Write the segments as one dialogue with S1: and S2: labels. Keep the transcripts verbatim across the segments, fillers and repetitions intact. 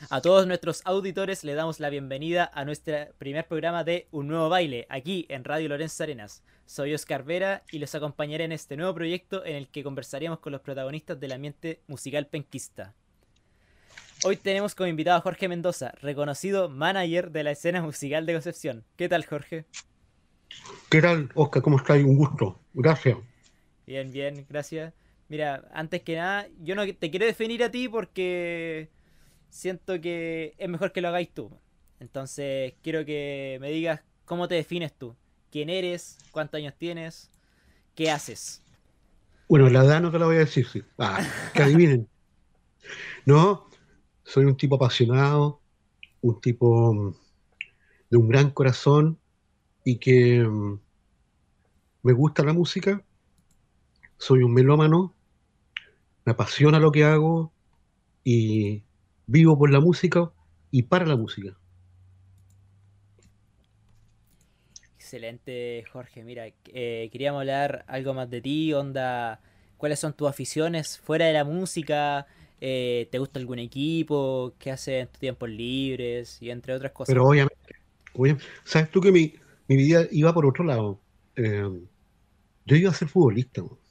S1: A todos nuestros auditores le damos la bienvenida a nuestro primer programa de Un Nuevo Baile, aquí en Radio Lorenzo Arenas. Soy Oscar Vera y los acompañaré en este nuevo proyecto en el que conversaremos con los protagonistas del ambiente musical penquista. Hoy tenemos como invitado a Jorge Mendoza, reconocido manager de la escena musical de Concepción. ¿Qué tal, Jorge?
S2: ¿Qué tal, Oscar? ¿Cómo estás? Un gusto. Gracias.
S1: Bien, bien, gracias. Mira, antes que nada, yo no te quiero definir a ti porque siento que es mejor que lo hagáis tú. Entonces, quiero que me digas cómo te defines tú. ¿Quién eres? ¿Cuántos años tienes? ¿Qué haces?
S2: Bueno, la edad no te la voy a decir, sí. Ah, que adivinen. No, soy un tipo apasionado, un tipo mm, de un gran corazón y que mm, me gusta la música. Soy un melómano, me apasiona lo que hago y vivo por la música y para la música.
S1: Excelente, Jorge. Mira, eh, queríamos hablar algo más de ti, onda, ¿cuáles son tus aficiones fuera de la música? Eh, ¿te gusta algún equipo? ¿Qué haces en tus tiempos libres? Y entre otras cosas.
S2: Pero obviamente, obviamente, sabes tú que mi, mi vida iba por otro lado. Eh, yo iba a ser futbolista, ¿no?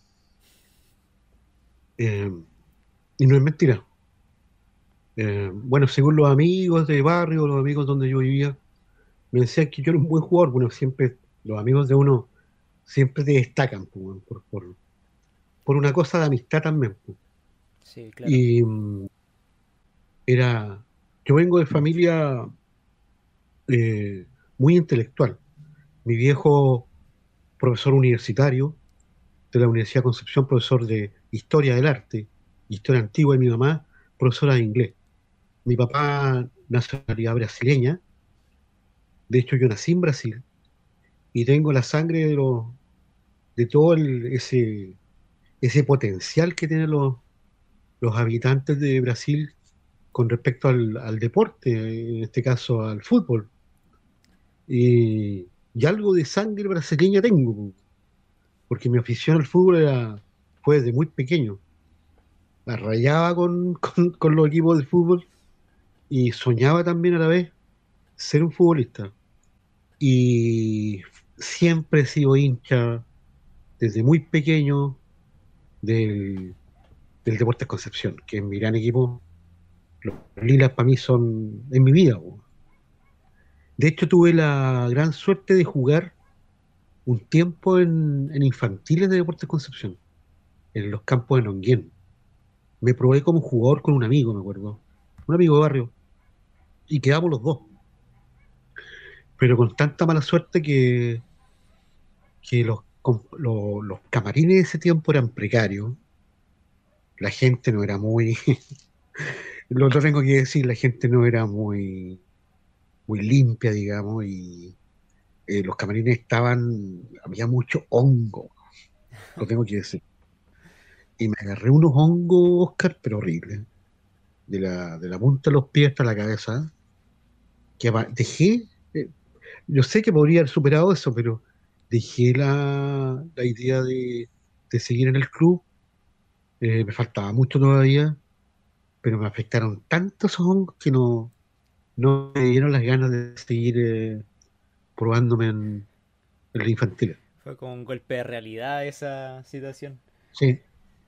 S2: Eh, y no es mentira. Eh, bueno, según los amigos de barrio, los amigos donde yo vivía, me decían que yo era un buen jugador. Bueno, siempre, los amigos de uno siempre te destacan po, weón, por, por, por una cosa de amistad también, po.
S1: Sí, claro.
S2: Y mm, era, yo vengo de familia eh, muy intelectual. Mi viejo, profesor universitario de la Universidad de Concepción, profesor de Historia del Arte, Historia Antigua, y mi mamá, profesora de inglés. Mi papá, nacionalidad brasileña. De hecho, yo nací en Brasil y tengo la sangre de, los, de todo el- ese, ese potencial que tienen los, los habitantes de Brasil con respecto al, al deporte, en este caso al fútbol. Y, y algo de sangre brasileña tengo, porque mi afición al fútbol era, fue desde muy pequeño. La rayaba con, con, con los equipos de fútbol y soñaba también a la vez ser un futbolista. Y siempre he sido hincha desde muy pequeño del, del Deportes Concepción, que es mi gran equipo. Los Lilas para mí son en mi vida, po. De hecho, tuve la gran suerte de jugar un tiempo en, en infantiles de Deportes Concepción, en los campos de Nonguén. Me probé como jugador con un amigo, me acuerdo. Un amigo de barrio. Y quedamos los dos. Pero con tanta mala suerte que, que los, com- lo- los camarines de ese tiempo eran precarios. La gente no era muy... Lo otro tengo que decir, la gente no era muy, muy limpia, digamos, y eh, los camarines estaban, había mucho hongo, lo tengo que decir. Y me agarré unos hongos, Oscar, pero horribles, de la, de la punta de los pies hasta la cabeza, que apa- dejé, eh, yo sé que podría haber superado eso, pero dejé la, la idea de, de seguir en el club. Eh, me faltaba mucho todavía, pero me afectaron tanto esos hongos que no, no me dieron las ganas de seguir eh, probándome en, en la infantil.
S1: Fue como un golpe de realidad esa situación.
S2: Sí.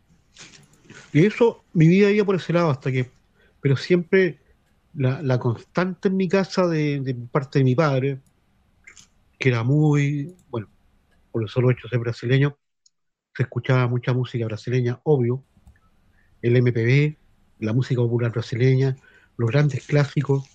S2: Y eso, mi vida iba por ese lado hasta que, pero siempre la, la constante en mi casa de, de parte de mi padre, que era muy, bueno, por el solo hecho de ser brasileño, se escuchaba mucha música brasileña, obvio, el M P B, la música popular brasileña, los grandes clásicos,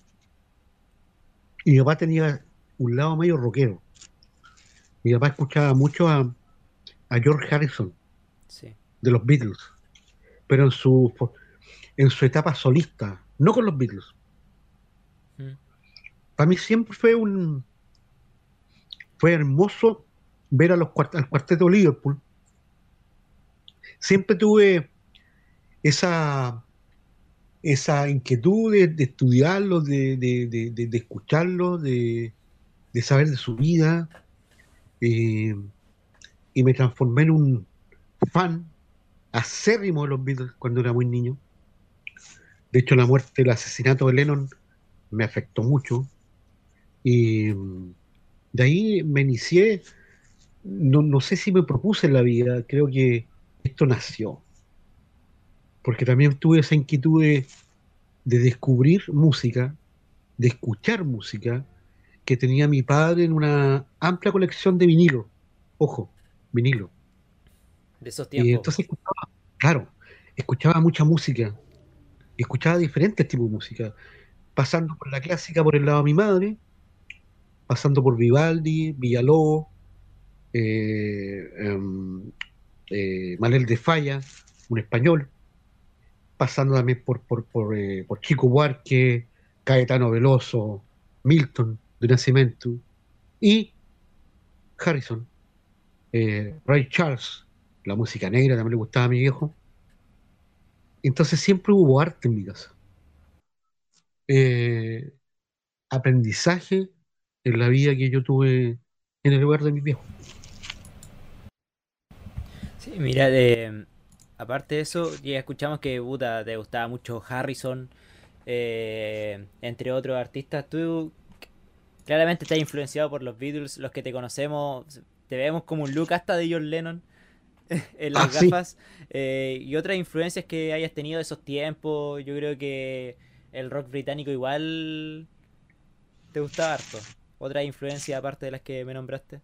S2: y mi papá tenía un lado medio rockero. Mi papá escuchaba mucho a, a George Harrison,
S1: Sí.
S2: de los Beatles, pero en su, en su etapa solista, no con los Beatles.
S1: Mm.
S2: Para mí siempre fue un, fue hermoso ver a los cuart al cuarteto de Liverpool. Siempre tuve esa, esa inquietud de, de estudiarlos, de, de, de, de, de escucharlos, de, de, saber de su vida, eh, y me transformé en un fan acérrimo de los Beatles cuando era muy niño. De hecho, la muerte, el asesinato de Lennon me afectó mucho y mm, de ahí me inicié, no, no sé si me propuse en la vida, creo que esto nació, porque también tuve esa inquietud de, de descubrir música, de escuchar música que tenía mi padre en una amplia colección de vinilo, ojo, vinilo.
S1: De esos
S2: Y
S1: tiempos.
S2: entonces escuchaba, claro, escuchaba mucha música, y escuchaba diferentes tipos de música, pasando por la clásica por el lado de mi madre, pasando por Vivaldi, Villalobos, eh, em, eh, Manel de Falla, un español, pasando también por, por, por, eh, por Chico Buarque, Caetano Veloso, Milton de Nacimiento y Harrison, eh, Ray Charles, la música negra también le gustaba a mi viejo. Entonces siempre hubo arte en mi casa. Eh, aprendizaje en la vida que yo tuve en el lugar de mis viejos.
S1: Sí, mira, de, aparte de eso, ya escuchamos que puta, te gustaba mucho Harrison, eh, entre otros artistas. Tú claramente estás influenciado por los Beatles, los que te conocemos, te vemos como un look hasta de John Lennon en
S2: Ah,
S1: las
S2: sí.
S1: gafas. Eh, y otras influencias que hayas tenido de esos tiempos, yo creo que el rock británico igual te gustaba harto. Otra influencia aparte de las que me nombraste.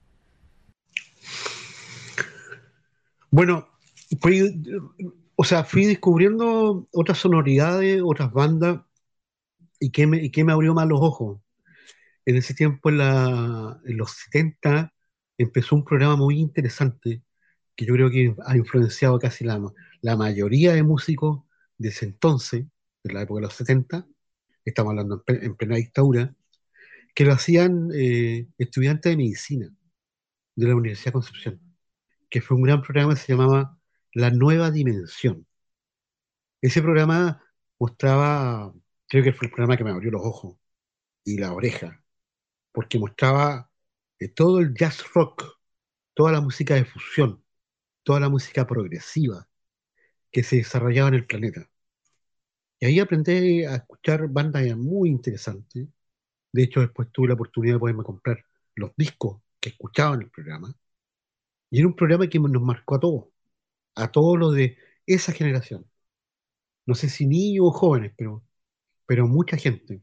S2: Bueno, fui, o sea, fui descubriendo otras sonoridades, otras bandas, y que me, y que me abrió más los ojos. En ese tiempo, en, la, en los setenta empezó un programa muy interesante que yo creo que ha influenciado casi la, la mayoría de músicos de ese entonces, de la época de los setenta, estamos hablando en, ple- en plena dictadura, que lo hacían eh, estudiantes de medicina de la Universidad de Concepción, que fue un gran programa que se llamaba La Nueva Dimensión. Ese programa mostraba, creo que fue el programa que me abrió los ojos y la oreja, porque mostraba eh, todo el jazz rock, toda la música de fusión, toda la música progresiva que se desarrollaba en el planeta. Y ahí aprendí a escuchar bandas muy interesantes. De hecho, después tuve la oportunidad de poderme comprar los discos que escuchaba en el programa. Y era un programa que nos marcó a todos, a todos los de esa generación. No sé si niños o jóvenes, pero, pero mucha gente.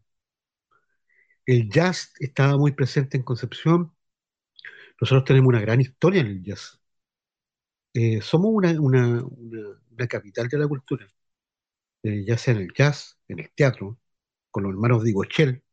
S2: El jazz estaba muy presente en Concepción. Nosotros tenemos una gran historia en el jazz. Eh, somos una, una, una, una capital de la cultura, eh, ya sea en el jazz, en el teatro, con los hermanos Digochel.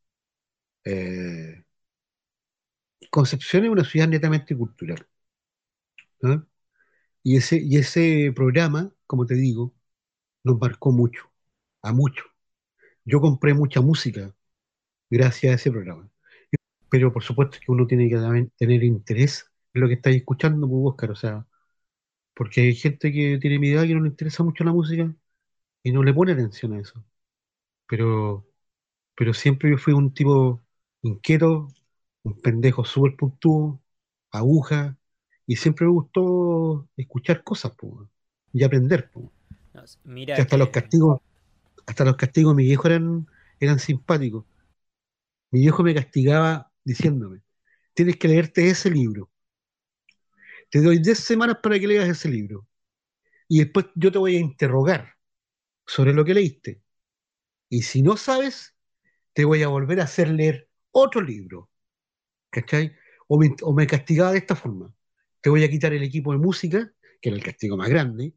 S2: Eh, Concepción es una ciudad netamente cultural. ¿Ah? Y ese, y ese programa, como te digo, nos marcó mucho, a mucho. Yo compré mucha música gracias a ese programa. Pero por supuesto que uno tiene que también tener interés en lo que estáis escuchando, pues, Oscar. O sea, porque hay gente que tiene mi edad que no le interesa mucho la música y no le pone atención a eso. Pero, pero siempre yo fui un tipo inquieto, un pendejo súper puntudo, aguja, y siempre me gustó escuchar cosas, pues, y aprender, pues.
S1: No,
S2: Que
S1: mira
S2: hasta los
S1: que...
S2: castigos, hasta los castigos de mi viejo eran, eran simpáticos. Mi viejo me castigaba diciéndome, tienes que leerte ese libro. Te doy diez semanas para que leas ese libro. Y después yo te voy a interrogar sobre lo que leíste. Y si no sabes, te voy a volver a hacer leer otro libro. ¿Cachai? O me, o me castigaba de esta forma. Te voy a quitar el equipo de música, que era el castigo más grande,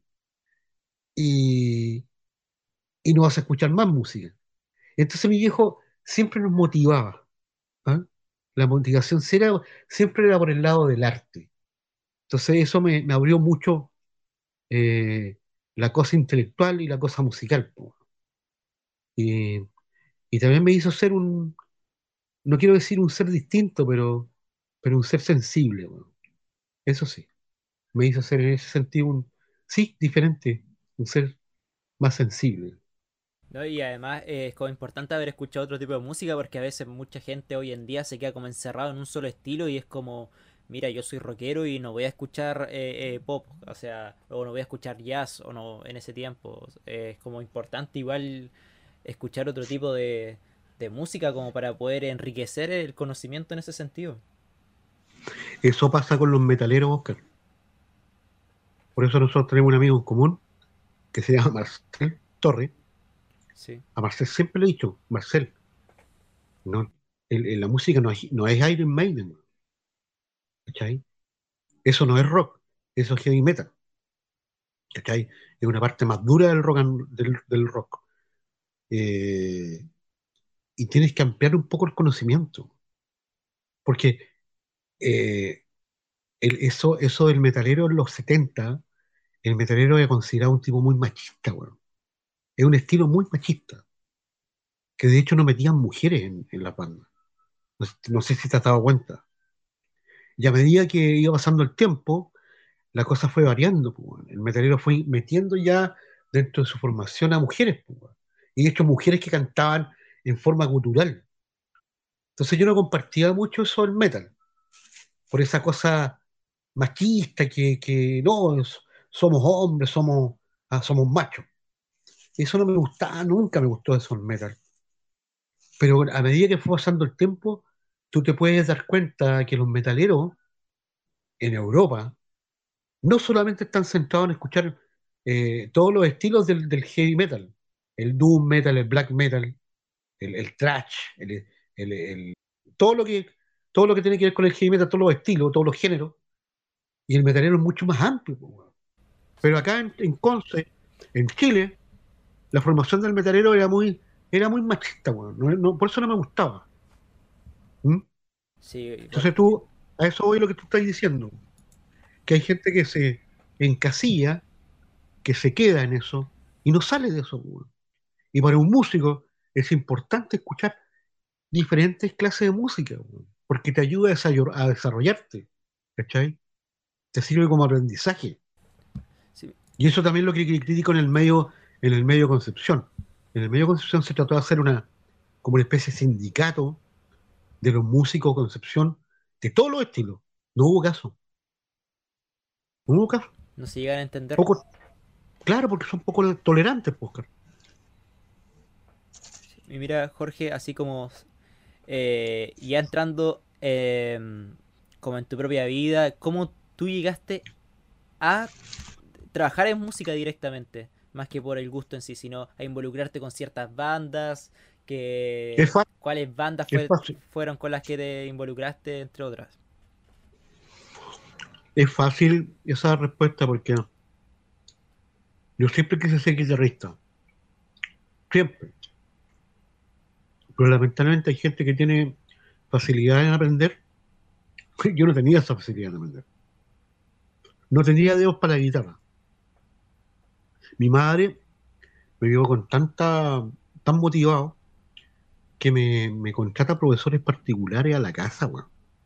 S2: y, y no vas a escuchar más música. Entonces mi viejo siempre nos motivaba. ¿Ah? La motivación siempre, siempre era por el lado del arte. Entonces eso me, me abrió mucho eh, la cosa intelectual y la cosa musical, po. Y, y también me hizo ser un, no quiero decir un ser distinto, pero, pero un ser sensible, po. Eso sí, me hizo ser en ese sentido un, sí, diferente, un ser más sensible.
S1: ¿No? Y además eh, es como importante haber escuchado otro tipo de música porque a veces mucha gente hoy en día se queda como encerrado en un solo estilo y es como, mira, yo soy rockero y no voy a escuchar eh, eh, pop, o sea, o no voy a escuchar jazz o no en ese tiempo. Eh, es como importante igual escuchar otro tipo de, de música como para poder enriquecer el conocimiento en ese sentido.
S2: Eso pasa con los metaleros, Oscar. Por eso nosotros tenemos un amigo en común que se llama Marcel Torre.
S1: Sí,
S2: A Marcel siempre le he dicho, Marcel, no, el- el- la música no es, no es Iron Maiden, ¿cachai? Eso no es rock, eso es heavy metal, ¿cachai? Es una parte más dura del rock, and- del, del rock. Eh, y tienes que ampliar un poco el conocimiento, porque eh, el- eso, eso del metalero en los setenta, el metalero era considerado un tipo muy machista, weón. Es un estilo muy machista, que de hecho no metían mujeres en, en la banda. No, sé no sé si te has dado cuenta. Y a medida que iba pasando el tiempo, la cosa fue variando, pues, weón. El metalero fue metiendo ya dentro de su formación a mujeres, pues, weón. Y de hecho mujeres que cantaban en forma gutural. Entonces yo no compartía mucho eso del metal, por esa cosa machista que, que no, es- somos hombres, somos, ah, somos machos. Eso no me gustaba, nunca me gustó eso del metal. Pero a medida que fue pasando el tiempo, tú te puedes dar cuenta que los metaleros en Europa no solamente están centrados en escuchar eh, todos los estilos del, del heavy metal, el doom metal, el black metal, el, el thrash, el, el- el- todo lo que, todo lo que tiene que ver con el heavy metal, todos los estilos, todos los géneros, y el metalero es mucho más amplio, po, weón. Pero
S1: sí,
S2: acá en, en Conce, en Chile, la formación del metalero era muy, era muy machista, weón. No- no- por eso no me gustaba. ¿Mm?
S1: sí, igual.
S2: Entonces tú, a eso voy lo que tú estás diciendo, que hay gente que se encasilla, que se queda en eso y no sale de eso, weón. Y para un músico es importante escuchar diferentes clases de música, weón, porque te ayuda a desayor- a desarrollarte, ¿cachai? Te sirve como aprendizaje.
S1: Sí,
S2: Y eso también lo que critico en el medio, en el medio Concepción. En el medio Concepción se trató de hacer una, como una especie de sindicato de los músicos Concepción de todos los estilos. No hubo caso, no hubo caso.
S1: no se llegan a entender.
S2: Poco, claro, porque son poco tolerantes, pues, Oscar.
S1: Y mira, Jorge, así como eh, ya entrando eh, como en tu propia vida, ¿cómo tú llegaste a trabajar en música directamente? Más que por el gusto en sí, sino a involucrarte con ciertas bandas,
S2: Es
S1: que
S2: fácil,
S1: cuáles bandas
S2: es
S1: fue,
S2: fácil,
S1: fueron con las que te involucraste, entre otras.
S2: es fácil esa respuesta porque yo siempre quise ser guitarrista, siempre. Pero lamentablemente hay gente que tiene facilidad en aprender. Yo no tenía esa facilidad en aprender. No tenía dedos para la guitarra. Mi madre me vio con tanta, tan motivado que me, me contrata profesores particulares a la casa, weón,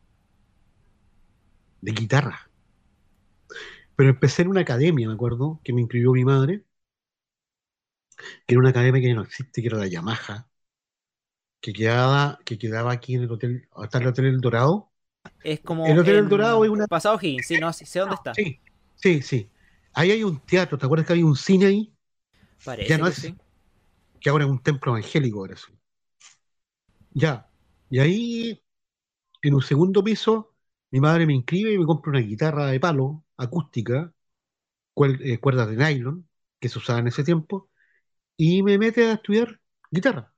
S2: de guitarra. Pero empecé en una academia, me acuerdo, que me inscribió mi madre, que era una academia que ya no existe, que era la Yamaha, que quedaba, que quedaba aquí en el hotel, hasta el Hotel El Dorado.
S1: Es
S2: El
S1: como
S2: Hotel El Dorado es
S1: en
S2: una...
S1: Pasado Higgins, sí, no, sí, sé dónde está.
S2: Sí, sí, sí. Ahí hay un teatro, ¿te acuerdas que había un cine ahí? Ya
S1: Parece
S2: no
S1: que
S2: es,
S1: sí.
S2: que ahora es un templo evangélico, ahora sí. Ya. Y ahí, en un segundo piso, mi madre me inscribe y me compra una guitarra de palo, acústica, cuer- eh, cuerdas de nylon, que se usaba en ese tiempo, y me mete a estudiar guitarra.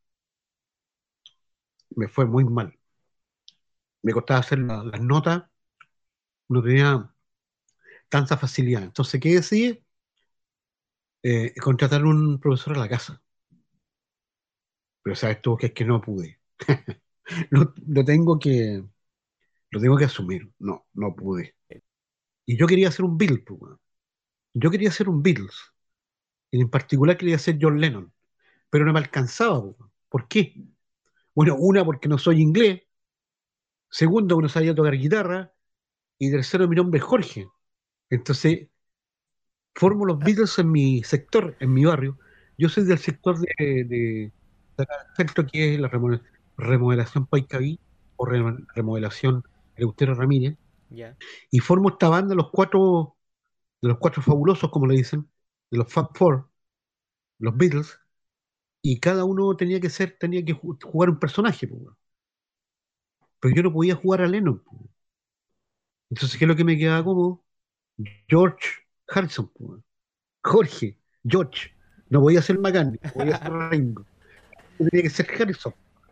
S2: Me fue muy mal. Me costaba hacer la- las notas, no tenía tanta facilidad. Entonces, ¿qué decidí? Eh, contratar un profesor a la casa. Pero sabes tú que es que no pude. Lo, lo tengo que, lo tengo que asumir. No, no pude. Y yo quería hacer un Beatles, pues, weón. Yo quería hacer un Beatles. Y en particular quería hacer John Lennon. Pero no me alcanzaba, pues, weón. ¿Por qué? Bueno, una, porque no soy inglés. Segundo, que no sabía tocar guitarra. Y tercero, mi nombre es Jorge. Entonces, formo los Beatles en mi sector, en mi barrio. Yo soy del sector de, de, de acá del centro, que es la remodel- remodelación Paicaví o re- remodelación Eleuterio Ramírez.
S1: Ya.
S2: Y formo esta banda, los cuatro, de los cuatro fabulosos, como le dicen, de los Fab Four, los Beatles. y cada uno tenía que ser, tenía que ju- jugar un personaje, po, weón. Pero yo no podía jugar a Lennon, po. Entonces, ¿qué es lo que me quedaba como? George Harrison, po, weón. Jorge, George. No podía ser McCartney, no podía ser Ringo, tenía que ser Harrison.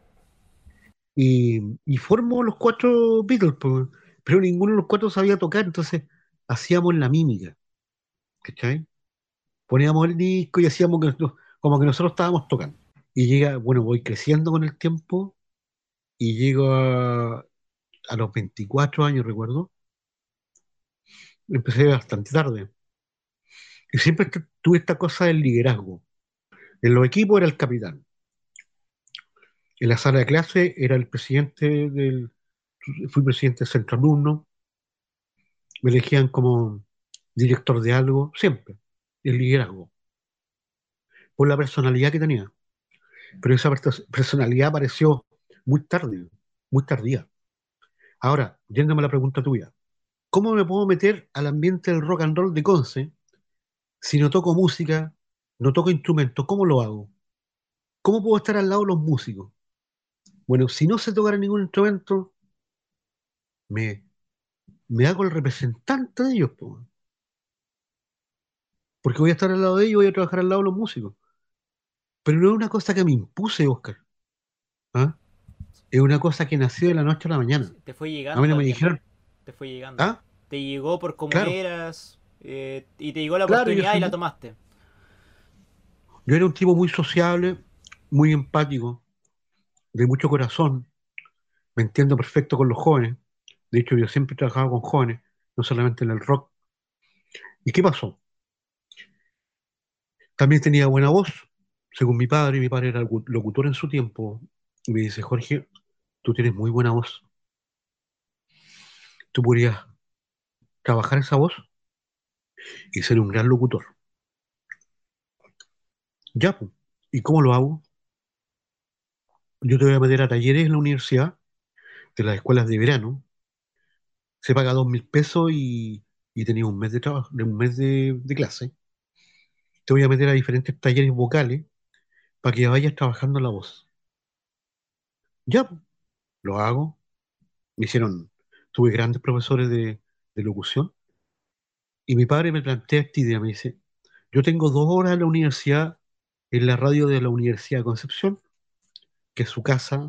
S2: Y, y formó los cuatro Beatles, po, weón. Pero ninguno de los cuatro sabía tocar, entonces hacíamos la mímica, ¿cachai? Poníamos el disco y hacíamos que, nos- como que nosotros estábamos tocando. Y llega, bueno, voy creciendo con el tiempo y llego a, a los veinticuatro años, recuerdo, empecé bastante tarde. Y siempre tu- tuve esta cosa del liderazgo. En los equipos era el capitán. En la sala de clase era el presidente del, fui presidente del centro alumno, me elegían como director de algo, siempre, el liderazgo, por la personalidad que tenía. Pero esa perso- personalidad apareció muy tarde, muy tardía. Ahora, yéndome a la pregunta tuya, ¿cómo me puedo meter al ambiente del rock and roll de Conce si no toco música, no toco instrumentos? ¿Cómo lo hago? ¿Cómo puedo estar al lado de los músicos? Bueno, si no sé tocar ningún instrumento, me, me hago el representante de ellos, po, porque voy a estar al lado de ellos, voy a trabajar al lado de los músicos. Pero no es una cosa que me impuse, Oscar. ¿Ah? Es una cosa que nació de la noche a la mañana.
S1: Sí, te fue
S2: A mí
S1: llegando
S2: no me
S1: también.
S2: dijeron,
S1: Te fue llegando.
S2: ah,
S1: Te llegó por cómo
S2: claro,
S1: eras eh, y te llegó la
S2: claro, yo
S1: oportunidad y
S2: soy
S1: la
S2: muy-
S1: tomaste.
S2: yo era un tipo muy sociable, muy empático, de mucho corazón, me entiendo perfecto con los jóvenes. De hecho, yo siempre he trabajado con jóvenes, no solamente en el rock. ¿Y qué pasó? También tenía buena voz, según mi padre. Mi padre era locu- locutor en su tiempo. Y me dice, Jorge, tú tienes muy buena voz. Tú podrías trabajar esa voz y ser un gran locutor. Ya, pues. ¿Y cómo lo hago? Yo te voy a meter a talleres en la universidad, de las escuelas de verano. Se paga dos mil pesos y, y tenía un mes de trabajo, de un mes de, de clase. Te voy a meter a diferentes talleres vocales para que vayas trabajando la voz. Ya, pues, lo hago. Me hicieron, tuve grandes profesores de, de locución y mi padre me plantea esta idea, me dice, yo tengo dos horas en la universidad, en la radio de la Universidad de Concepción, que es su casa,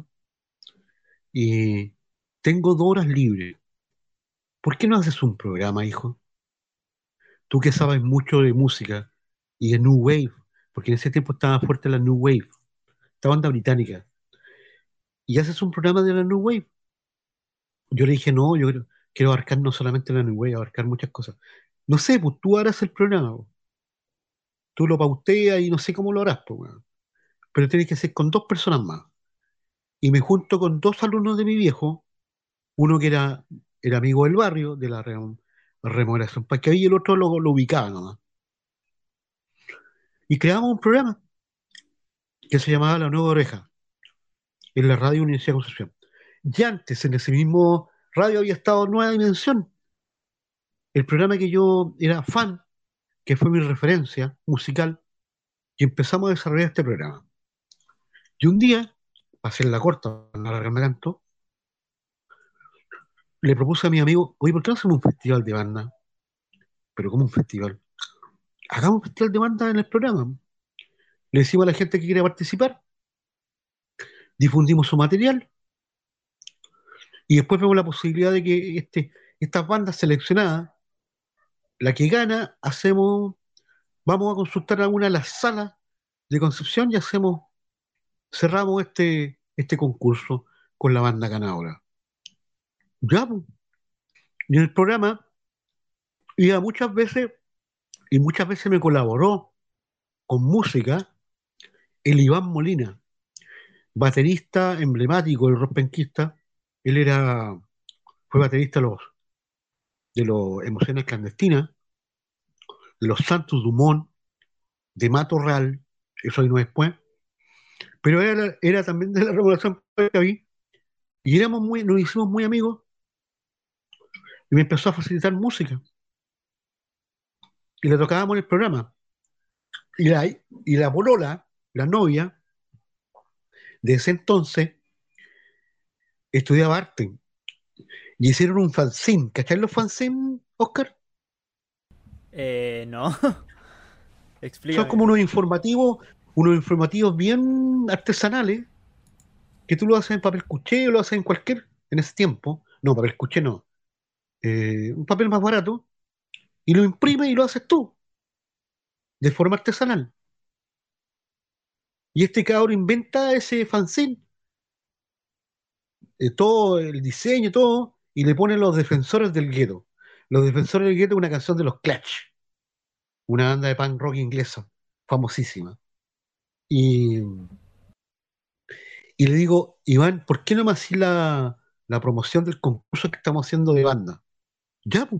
S2: y tengo dos horas libres. ¿Por qué no haces un programa, hijo? Tú que sabes mucho de música y de New Wave, porque en ese tiempo estaba fuerte la New Wave, esta banda británica, y haces un programa de la New Wave. Yo le dije, no, yo quiero, quiero abarcar no solamente la New Wave, abarcar muchas cosas. No sé, pues tú harás el programa, po. Tú lo pauteas y no sé cómo lo harás, po, weón. Pero tienes que ser con dos personas más. Y me junto con dos alumnos de mi viejo, uno que era, era amigo del barrio, de la re- remodelación Parque y el otro lo, lo ubicaba nomás. Y creamos un programa que se llamaba La Nueva Oreja, en la radio Universidad de Concepción. Y antes, en ese mismo radio, había estado Nueva Dimensión, el programa que yo era fan, que fue mi referencia musical, y empezamos a desarrollar este programa. Y un día, para hacer la corta, para no alargarme tanto, le propuse a mi amigo, oye, ¿por qué no hacemos un festival de banda? Pero ¿cómo un festival? Hagamos un festival de banda en el programa. Le decimos a la gente que quiere participar, difundimos su material y después vemos la posibilidad de que este, estas bandas seleccionadas, la que gana, hacemos, vamos a consultar a una de las salas de Concepción y hacemos, cerramos este, este concurso con la banda ganadora. Ya, pues. Y en el programa iba muchas veces y muchas veces me colaboró con música el Iván Molina, baterista emblemático del rock penquista. Él era, fue baterista de los, de los Emociones Clandestinas, de los Santos Dumont, de Mato Real, eso vino después, pero era, era también de la Revolución Pacabí, y éramos muy, nos hicimos muy amigos, y me empezó a facilitar música, y le tocábamos en el programa. Y la, y la polola, la novia, de ese entonces estudiaba arte y hicieron un fanzine. ¿Cachai los fanzines, Oscar?
S1: Eh, no.
S2: Son
S1: Explícame.
S2: como unos informativos, unos informativos bien artesanales, que tú lo haces en papel cuché o lo haces en cualquier, en ese tiempo. No, papel cuché no. Eh, un papel más barato, y lo imprimes y lo haces tú, de forma artesanal. Y este cabrón inventa ese fanzine, eh, todo el diseño, todo, y le pone Los Defensores del Gueto. Los Defensores del Gueto es una canción de los Clash, una banda de punk rock inglesa, famosísima. Y, y le digo, Iván, ¿por qué no me hacís la, la promoción del concurso que estamos haciendo de banda? Ya, pues.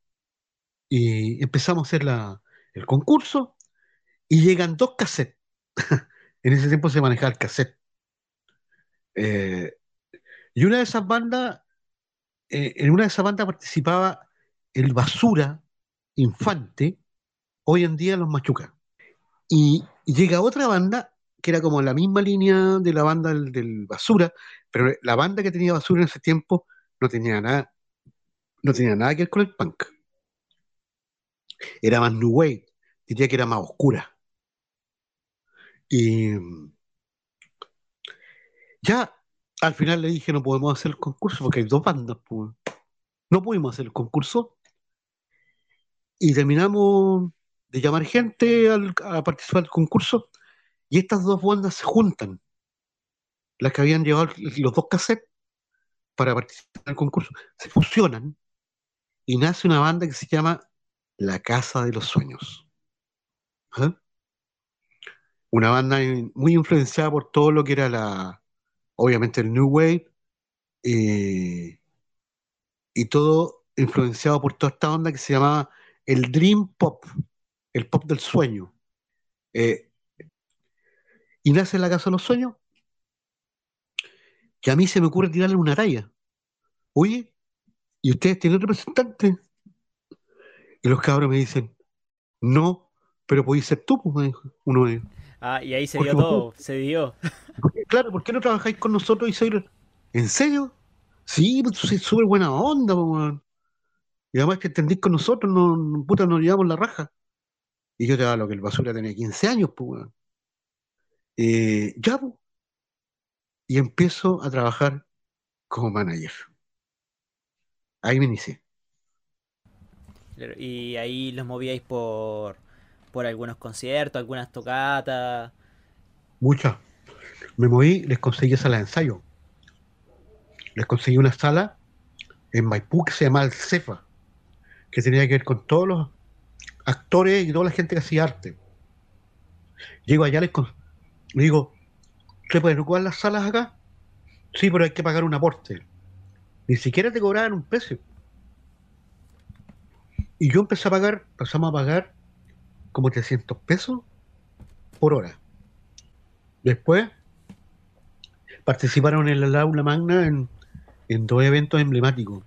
S2: Y empezamos a hacer la, el concurso y llegan dos cassettes. En ese tiempo se manejaba el cassette. Eh, y una de esas bandas, eh, en una de esas bandas participaba el Basura Infante, hoy en día los Machuca. Y, y llega otra banda que era como la misma línea de la banda del, del Basura, pero la banda que tenía Basura en ese tiempo no tenía nada, no tenía nada que ver con el punk. Era más New Wave, diría que era más oscura. Y ya al final le dije, no podemos hacer el concurso porque hay dos bandas, pues. No pudimos hacer el concurso y terminamos de llamar gente al- a participar del concurso y estas dos bandas se juntan, las que habían llevado los dos cassettes para participar en el concurso, se fusionan y nace una banda que se llama La Casa de los Sueños. ¿Ah? Una banda in- muy influenciada por todo lo que era la, obviamente el New Wave, eh, y todo influenciado por toda esta onda que se llamaba el Dream Pop, el pop del sueño. Eh, y nace La Casa de los Sueños, que a mí se me ocurre tirarle una talla. Oye, ¿y ustedes tienen representantes? Y los cabros me dicen, no, pero podéis ser tú, pues, me dijo uno de ellos.
S1: Ah, y ahí se dio
S2: Jorge Botú.
S1: todo, se dio.
S2: Claro, ¿por qué no trabajáis con nosotros y sois... ¿En serio? Sí, pues tú sois súper buena onda, po, weón. Y además que entendís con nosotros, no, no- puta, nos llevamos la raja. Y yo te daba lo que el basura tenía quince años, pues, weón. Eh, ya, pues. Y empiezo a trabajar como manager. Ahí me inicié.
S1: Claro, y ahí los movíais por, por algunos conciertos, algunas tocatas.
S2: Muchas. Me moví, les conseguí sala de ensayo. Les conseguí una sala en Maipú que se llama el Cefa, que tenía que ver con todos los actores y toda la gente que hacía arte. Llego allá, les, con- le digo, ¿se pueden ocupar las salas acá? Sí, pero hay que pagar un aporte. Ni siquiera te cobraban un precio. Y yo empecé a pagar, empezamos a pagar como trescientos pesos por hora. Después participaron en el aula magna en, en dos eventos emblemáticos.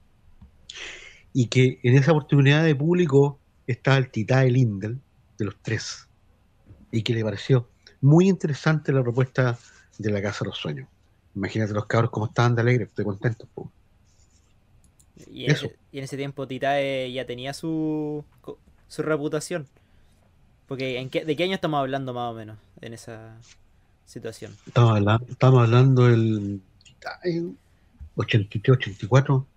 S2: Y que en esa oportunidad de público estaba el Titae Lindel, de los tres. Y que le pareció muy interesante la propuesta de la Casa de los Sueños. Imagínate los cabros como estaban de alegres, de contentos, po.
S1: Y en
S2: Eso.
S1: ese, y en ese tiempo Titae ya tenía su, co- su reputación. Porque ¿en qué, ¿de qué año estamos hablando más o menos en esa situación?
S2: Estamos hablando, estamos hablando del Titae ochenta y tres, ochenta y cuatro.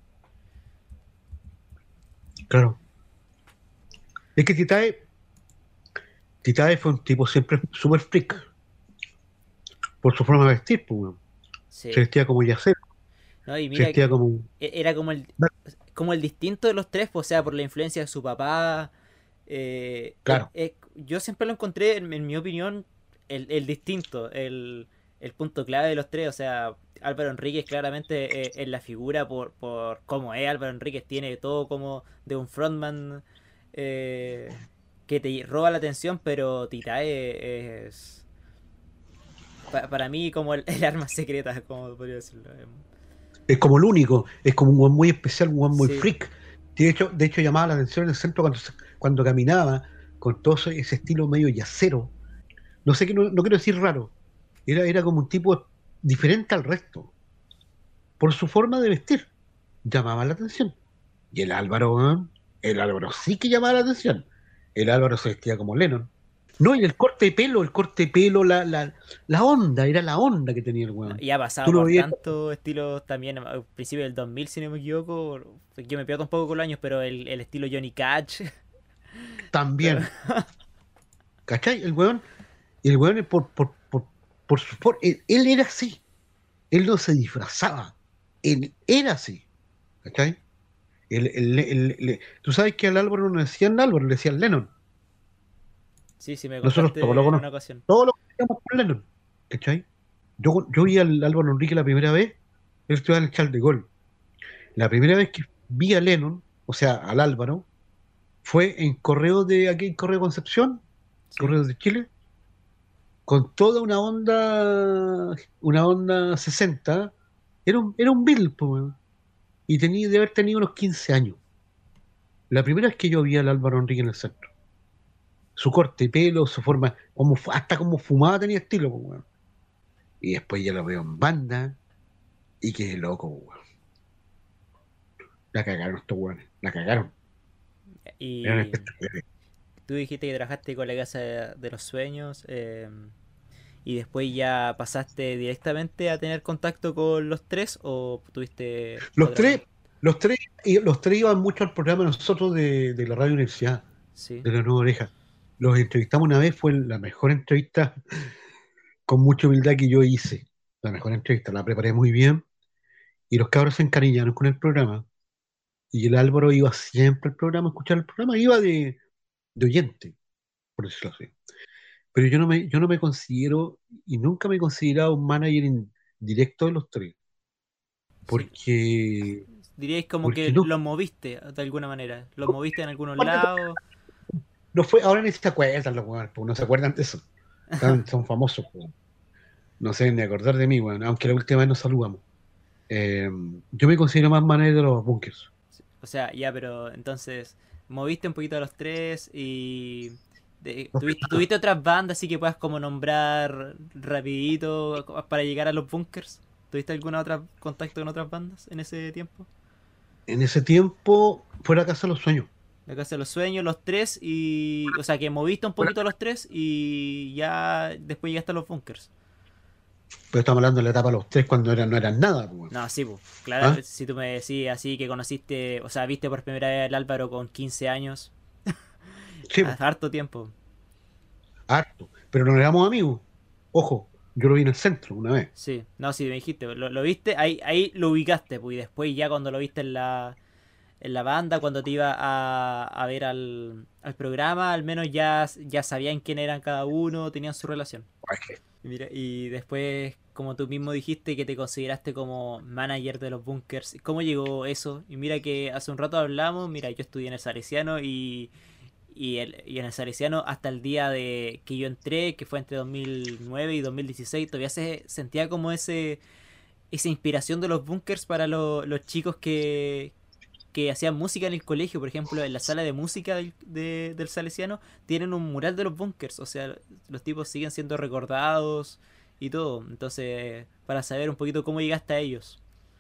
S2: Claro. Es que Titae, Titae fue un tipo siempre súper freak por su forma de vestir, pues, weón. Se
S1: Sí.
S2: vestía como yacero,
S1: ¿No? Y
S2: se
S1: mira
S2: vestía
S1: que
S2: como...
S1: e- era como el, como el distinto de los tres, pues, o sea, por la influencia de su papá. eh, eh,
S2: Claro,
S1: eh, yo siempre lo encontré, en, en mi opinión, el, el distinto, el, el punto clave de los tres. O sea, Álvaro Enríquez claramente eh, es la figura por, por cómo es. Álvaro Enríquez tiene todo como de un frontman eh, que te roba la atención, pero Titae es, pa- para mí, como el, el arma secreta, como podría decirlo. em,
S2: es como el único, es como un weón muy especial, un weón muy
S1: Sí.
S2: freak. De hecho, de hecho llamaba la atención en el centro cuando, se- cuando caminaba con todo ese ese estilo medio yacero. No sé qué, no, no quiero decir raro, Era, era como un tipo diferente al resto, por su forma de vestir. Llamaba la atención. Y el Álvaro, weón, el Álvaro sí que llamaba la atención. El Álvaro se vestía como Lennon. No, y el corte de pelo, el corte de pelo, la, la, la onda, era la onda que tenía el
S1: No,
S2: weón.
S1: y ha pasado
S2: Tú lo
S1: por
S2: veías.
S1: tantos estilos también, al principio del dos mil si no me equivoco. Yo me pierdo un poco con los años, pero el, el estilo Johnny Cash.
S2: También, ¿cachai? El weón, el weón por, por, por, por su por, él, él era así, él no se disfrazaba, él era así, ¿cachai? El, el- el- el- tú sabes que al Álvaro no le decían Álvaro, le decían Lennon.
S1: Sí, sí, me
S2: Nosotros todos lo
S1: contaste en una
S2: conocemos,
S1: ocasión.
S2: todos lo conocíamos por Lennon, ¿cachai? Yo, yo vi al Álvaro Enrique la primera vez, él estuvo en el Charles de Gaulle. La primera vez que vi a Lennon, o sea, al Álvaro, fue en Correo de aquí en Correo Concepción,
S1: Sí.
S2: Correos de Chile, con toda una onda, una onda sesenta. Era un, era un Beatle, po, weón. Y tenía de haber tenido unos quince años. La primera vez que yo vi al Álvaro Enrique en el centro. Su corte de pelo, su forma, como, fu- hasta como fumaba tenía estilo, po, weón. Y después ya lo veo en banda, y qué loco, po, weón. La cagaron estos weones, la cagaron. Eran
S1: Y
S2: espectaculares.
S1: tú dijiste que trabajaste con la Casa de los Sueños. Eh, y después ya pasaste directamente a tener contacto con los tres o tuviste
S2: Los
S1: otra...
S2: tres, los tres, y los tres iban mucho al programa de nosotros de, de la Radio Universidad,
S1: Sí,
S2: de la Nueva Oreja. Los entrevistamos una vez, fue la mejor entrevista con mucha humildad que yo hice. La mejor entrevista, la preparé muy bien y los cabros se encariñaron con el programa. Y el Álvaro iba siempre al programa, a escuchar el programa, iba de, de oyente, por decirlo así. Pero yo no me, yo no me considero y nunca me he considerado un manager en directo de los tres,
S1: sí.
S2: porque,
S1: Diríais como
S2: porque
S1: que
S2: no,
S1: los moviste de alguna manera. Los moviste en algunos lados.
S2: no fue, ahora ni se acuerdan los weones, pues no se acuerdan de eso. Están- son famosos, pues. No se deben ni acordar de mí, weón, aunque la última vez nos saludamos. Eh, yo me considero más manager de los bunkers.
S1: O sea, ya, pero entonces moviste un poquito a los tres y de- tuviste, tuviste otras bandas así que puedas como nombrar rapidito para llegar a los bunkers. ¿Tuviste algún otro contacto con otras bandas en ese tiempo?
S2: En ese tiempo, fue la Casa de los Sueños.
S1: La Casa de los Sueños, los tres y... O sea, que moviste un poquito a los tres y ya después llegaste a los bunkers.
S2: Pero estamos hablando de la etapa de los tres cuando eran, no eran nada, pues.
S1: No, sí, pues. Claro,
S2: ¿Ah?
S1: si tú me decís así que conociste, o sea, viste por primera vez al Álvaro con quince años,
S2: Sí, pues,
S1: hace harto tiempo.
S2: harto. Pero no éramos amigos. Ojo, yo lo vi en el centro una vez.
S1: Sí, no, sí, me dijiste, lo, lo viste, ahí, ahí lo ubicaste, pues, y después ya cuando lo viste en la, en la banda, cuando te iba a, a ver al, al programa, al menos ya, ya sabían quién eran cada uno, tenían su relación.
S2: Ay, que-
S1: Y mira, y después, como tú mismo dijiste, que te consideraste como manager de los bunkers, ¿cómo llegó eso? Y mira que hace un rato hablamos, mira, yo estudié en el Salesiano y y, el, y en el Salesiano hasta el día de que yo entré, que fue entre dos mil nueve y dos mil dieciséis, todavía se sentía como ese esa inspiración de los bunkers para lo- los chicos que, que hacían música en el colegio. Por ejemplo, en la sala de música del, de- del Salesiano tienen un mural de los bunkers. O sea, los tipos siguen siendo recordados y todo. Entonces, para saber un poquito cómo llegaste a ellos.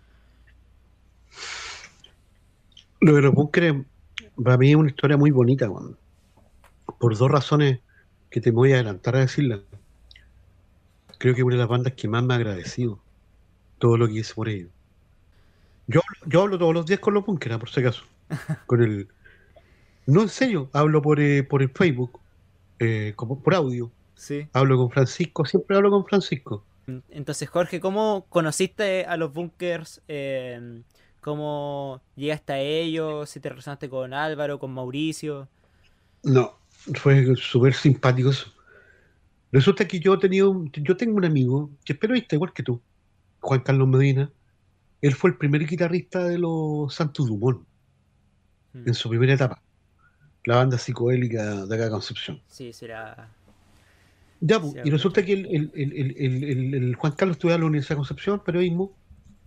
S2: Lo de los bunkers, para mí es una historia muy bonita, weón. Por dos razones que te voy a adelantar a decirlas. Creo que es una de las bandas que más me ha agradecido todo lo que hice por ellos. Yo, yo hablo todos los días con los bunkers, ah, por si acaso. Con el, no, en serio, hablo por, eh, por el Facebook, eh, como por audio.
S1: Sí.
S2: Hablo con Francisco, siempre hablo con Francisco.
S1: Entonces, Jorge, ¿cómo conociste a los bunkers? Eh, ¿cómo llegaste a ellos? ¿Si te relacionaste con Álvaro, con Mauricio?
S2: No, fue súper simpático eso. Resulta que yo tenía un, yo tengo un amigo que es periodista igual que tú, Juan Carlos Medina. Él fue el primer guitarrista de los Santos Dumont
S1: Mm,
S2: en su primera etapa, la banda psicodélica de acá de Concepción.
S1: sí, será,
S2: Ya, pues,
S1: será
S2: y
S1: lo cacho.
S2: resulta que el, el- el- el- el- el- el Juan Carlos estudiaba en la Universidad de Concepción, periodismo,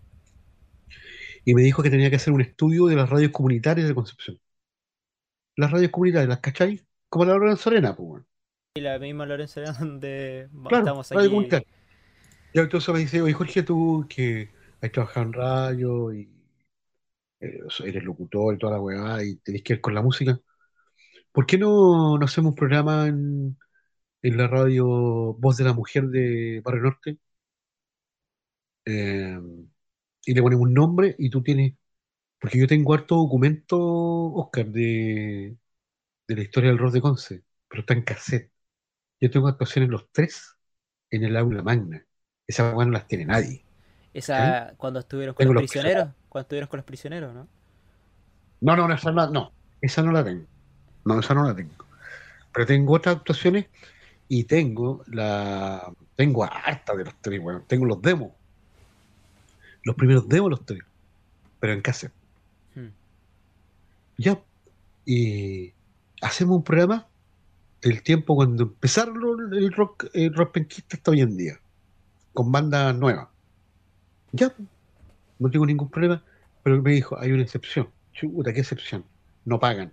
S2: y me dijo que tenía que hacer un estudio de las radios comunitarias de Concepción. Las radios comunitarias, ¿las cacháis? Como la Lorenzo Serena, pues, bueno.
S1: Y la misma Lorenzo, donde
S2: Claro,
S1: estamos
S2: radio
S1: aquí.
S2: comunitaria. Ya entonces me dice, oye Jorge, tú que has trabajado en radio y eh, eres locutor y toda la weá y tenés que ver con la música, ¿por qué no, no hacemos un programa en, en la radio Voz de la Mujer de Barrio Norte? Eh, y le ponemos un nombre y tú tienes, porque yo tengo harto documento, Oscar, de, de la historia del rock de Conce, pero está en cassette. Yo tengo actuaciones los tres en el aula magna. Esas weá no las tiene nadie. ¿Cachai?
S1: Esa, cuando estuvieron con los
S2: Tengo los cassettes.
S1: prisioneros, cuando estuvieron con los prisioneros, ¿no?
S2: No, no, no, esa no, no, esa no la tengo. No, esa no la tengo. Pero tengo otras actuaciones y tengo la. Tengo harta de los tres, weón. Tengo los demos. Los primeros demos los tres, pero en cassette.
S1: Hmm.
S2: Ya. Y hacemos un programa del tiempo cuando empezaron lo- el rock, el rock penquista hasta hoy en día, con bandas nuevas. Ya, no tengo ningún problema, pero me dijo, hay una excepción. Chuta, ¿qué excepción? No pagan.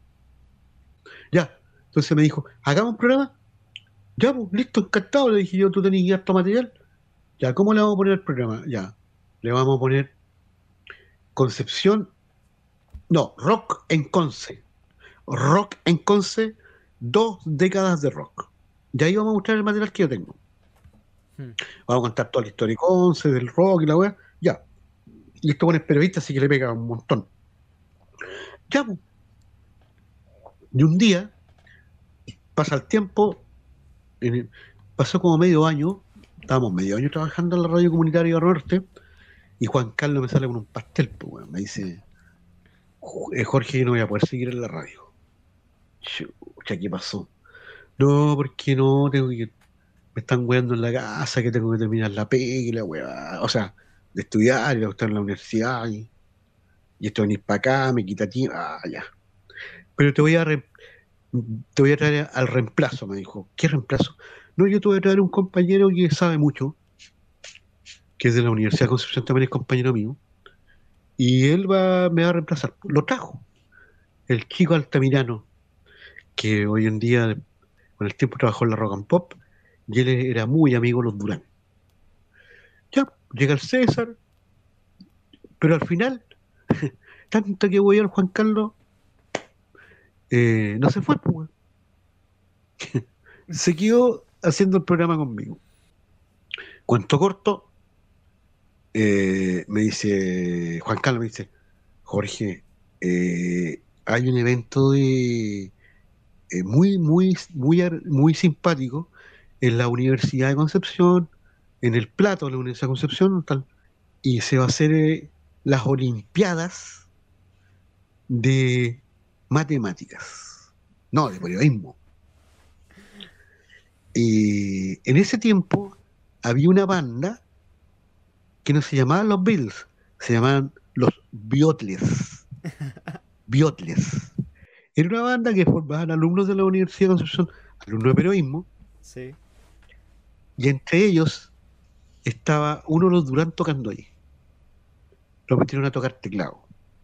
S2: Ya, entonces me dijo, hagamos un programa. Ya, pues, listo, encantado. Le dije yo, tú tenés harto material. Ya, ¿cómo le vamos a poner el programa? Ya, le vamos a poner Concepción, no, Rock en Conce. Rock en Conce, dos décadas de rock. Y ahí vamos a mostrar el material que yo tengo.
S1: Hmm.
S2: Vamos a contar toda la historia de Conce, del rock y la weá. Ya. Y esto es periodista, así que le pega un montón. Ya, pues. Y un día, pasa el tiempo, en el- pasó como medio año, estábamos medio año trabajando en la radio comunitaria de Norte, y Juan Carlos me sale con un pastel, pues, weón. Me dice, "Ju- eh, Jorge, yo no voy a poder seguir en la radio. Chucha, ¿qué pasó? No, porque no, tengo que, me están weando en la casa, que tengo que terminar la pega y la weá, o sea, de estudiar y de estar en la universidad y, y esto de venir para acá, me quita tiempo, ah, ya. Pero te voy a re- te voy a traer al reemplazo, me dijo. ¿Qué reemplazo? No, yo te voy a traer un compañero que sabe mucho, que es de la Universidad de Concepción, también es compañero mío, y él va, me va a reemplazar. Lo trajo, el chico Altamirano, que hoy en día, con el tiempo trabajó en la Rock and Pop, y él era muy amigo de los Durán. Ya, llega el César, pero al final, tanto que voy al Juan Carlos, eh, no se fue, pues, weón. Se quedó haciendo el programa conmigo. Cuento corto, eh, me dice, Juan Carlos me dice, Jorge, eh, hay un evento de, eh, muy, muy, muy, ar- muy simpático en la Universidad de Concepción, en el plato de la Universidad de Concepción, tal, y se va a hacer eh, las Olimpiadas de Matemáticas, no, de periodismo. Y en ese tiempo había una banda que no se llamaban los Beatles, se llamaban los Beatles. Beatles. Era una banda que formaban alumnos de la Universidad de Concepción, alumnos de periodismo,
S1: Sí.
S2: y entre ellos estaba uno de los Durán tocando ahí. Lo metieron a tocar teclado.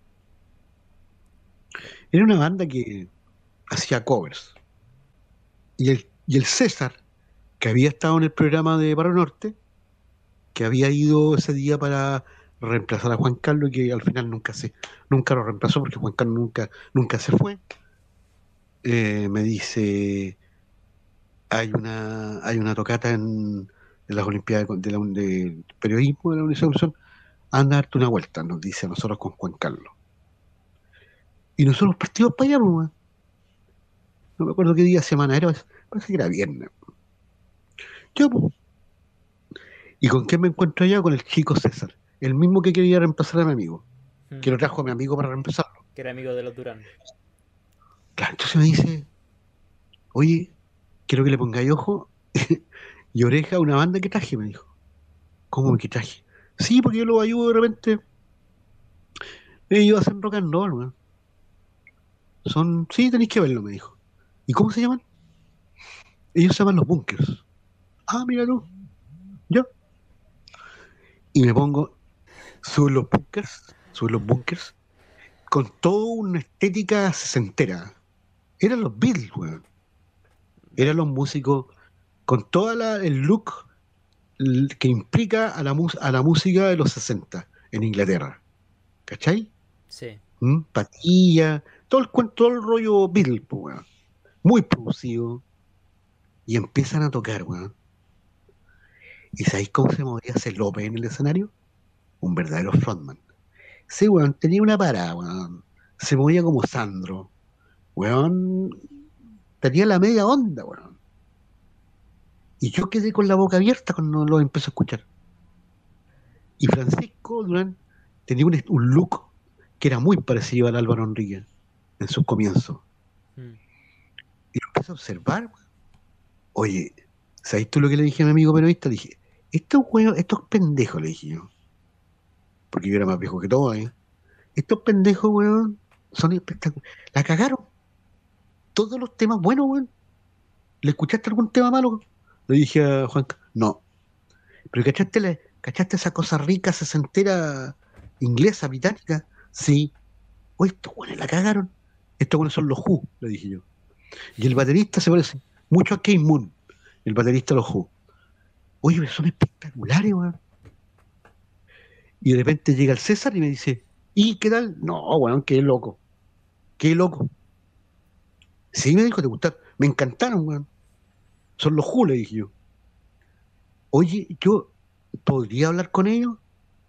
S2: Era una banda que hacía covers. Y el, y el César, que había estado en el programa de Paro Norte, que había ido ese día para reemplazar a Juan Carlos y que al final nunca se nunca lo reemplazó porque Juan Carlos nunca nunca se fue, eh, me dice, hay una hay una tocata en, en las Olimpiadas de, la, de periodismo de la Universidad de Concepción, anda a darte una vuelta, nos dice a nosotros con Juan Carlos. Y nosotros partimos para allá, pues, no me acuerdo qué día de semana era, parece que era viernes. Yo, pues, ¿y con quién me encuentro allá? Con el chico César, el mismo que quería reemplazar a mi amigo,
S1: Hmm.
S2: que lo trajo a mi amigo para reemplazarlo.
S1: Que era amigo de los Durán.
S2: Claro, entonces me dice, oye, quiero que le pongáis ojo y oreja a una banda que traje, me dijo. ¿Cómo que traje? Sí, porque yo lo ayudo de repente. Ellos hacen rock and roll, weón. Son, sí, tenéis que verlo, me dijo. ¿Y cómo se llaman? Ellos se llaman los Bunkers. Ah, mira tú, yo. Y me pongo, suben los Bunkers, suben los Bunkers, con toda una estética sesentera. Eran los Beatles, weón.
S1: Ve-
S2: Eran los músicos con todo el look l- que implica a la, mus- a la música de los sesenta en Inglaterra. ¿Cachai?
S1: Sí.
S2: ¿Mm? Patilla, todo el, cuen- todo el rollo Beatles, po, weón. Muy producido. Y empiezan a tocar, weón. ¿Y sabéis cómo se movía ese López en el escenario? Un verdadero frontman. Sí, weón, tenía una parada, weón. Se movía como Sandro. Weón, tenía la media onda, weón. Y yo quedé con la boca abierta cuando lo empecé a escuchar. Y Francisco Durán tenía un, est- un look que era muy parecido al Álvaro Enrique en sus comienzos.
S1: Mm.
S2: Y lo empecé a observar, weón. Oye, ¿sabes tú lo que le dije a mi amigo periodista? Le dije, estos weón, estos pendejos, le dije yo, porque yo era más viejo que todo, ¿eh? Estos pendejos, weón, son espectaculares. La cagaron. Todos los temas buenos, weón. ¿Le escuchaste algún tema malo? Le dije a Juan, no. ¿Pero cachaste, la- cachaste esa cosa rica, sesentera, inglesa, británica? Sí. Oye, estos weones la cagaron. Estos weones son los Who, le dije yo. Y el baterista se parece mucho a Keith Moon, el baterista de los Who. Oye, pero son espectaculares, weón. Y de repente llega el César y me dice, ¿y qué tal? No, weón, qué loco. Qué loco. Sí, me dijo, ¿te gustaron? Me encantaron, weón. Son los Who, le dije yo. Oye, yo podría hablar con ellos,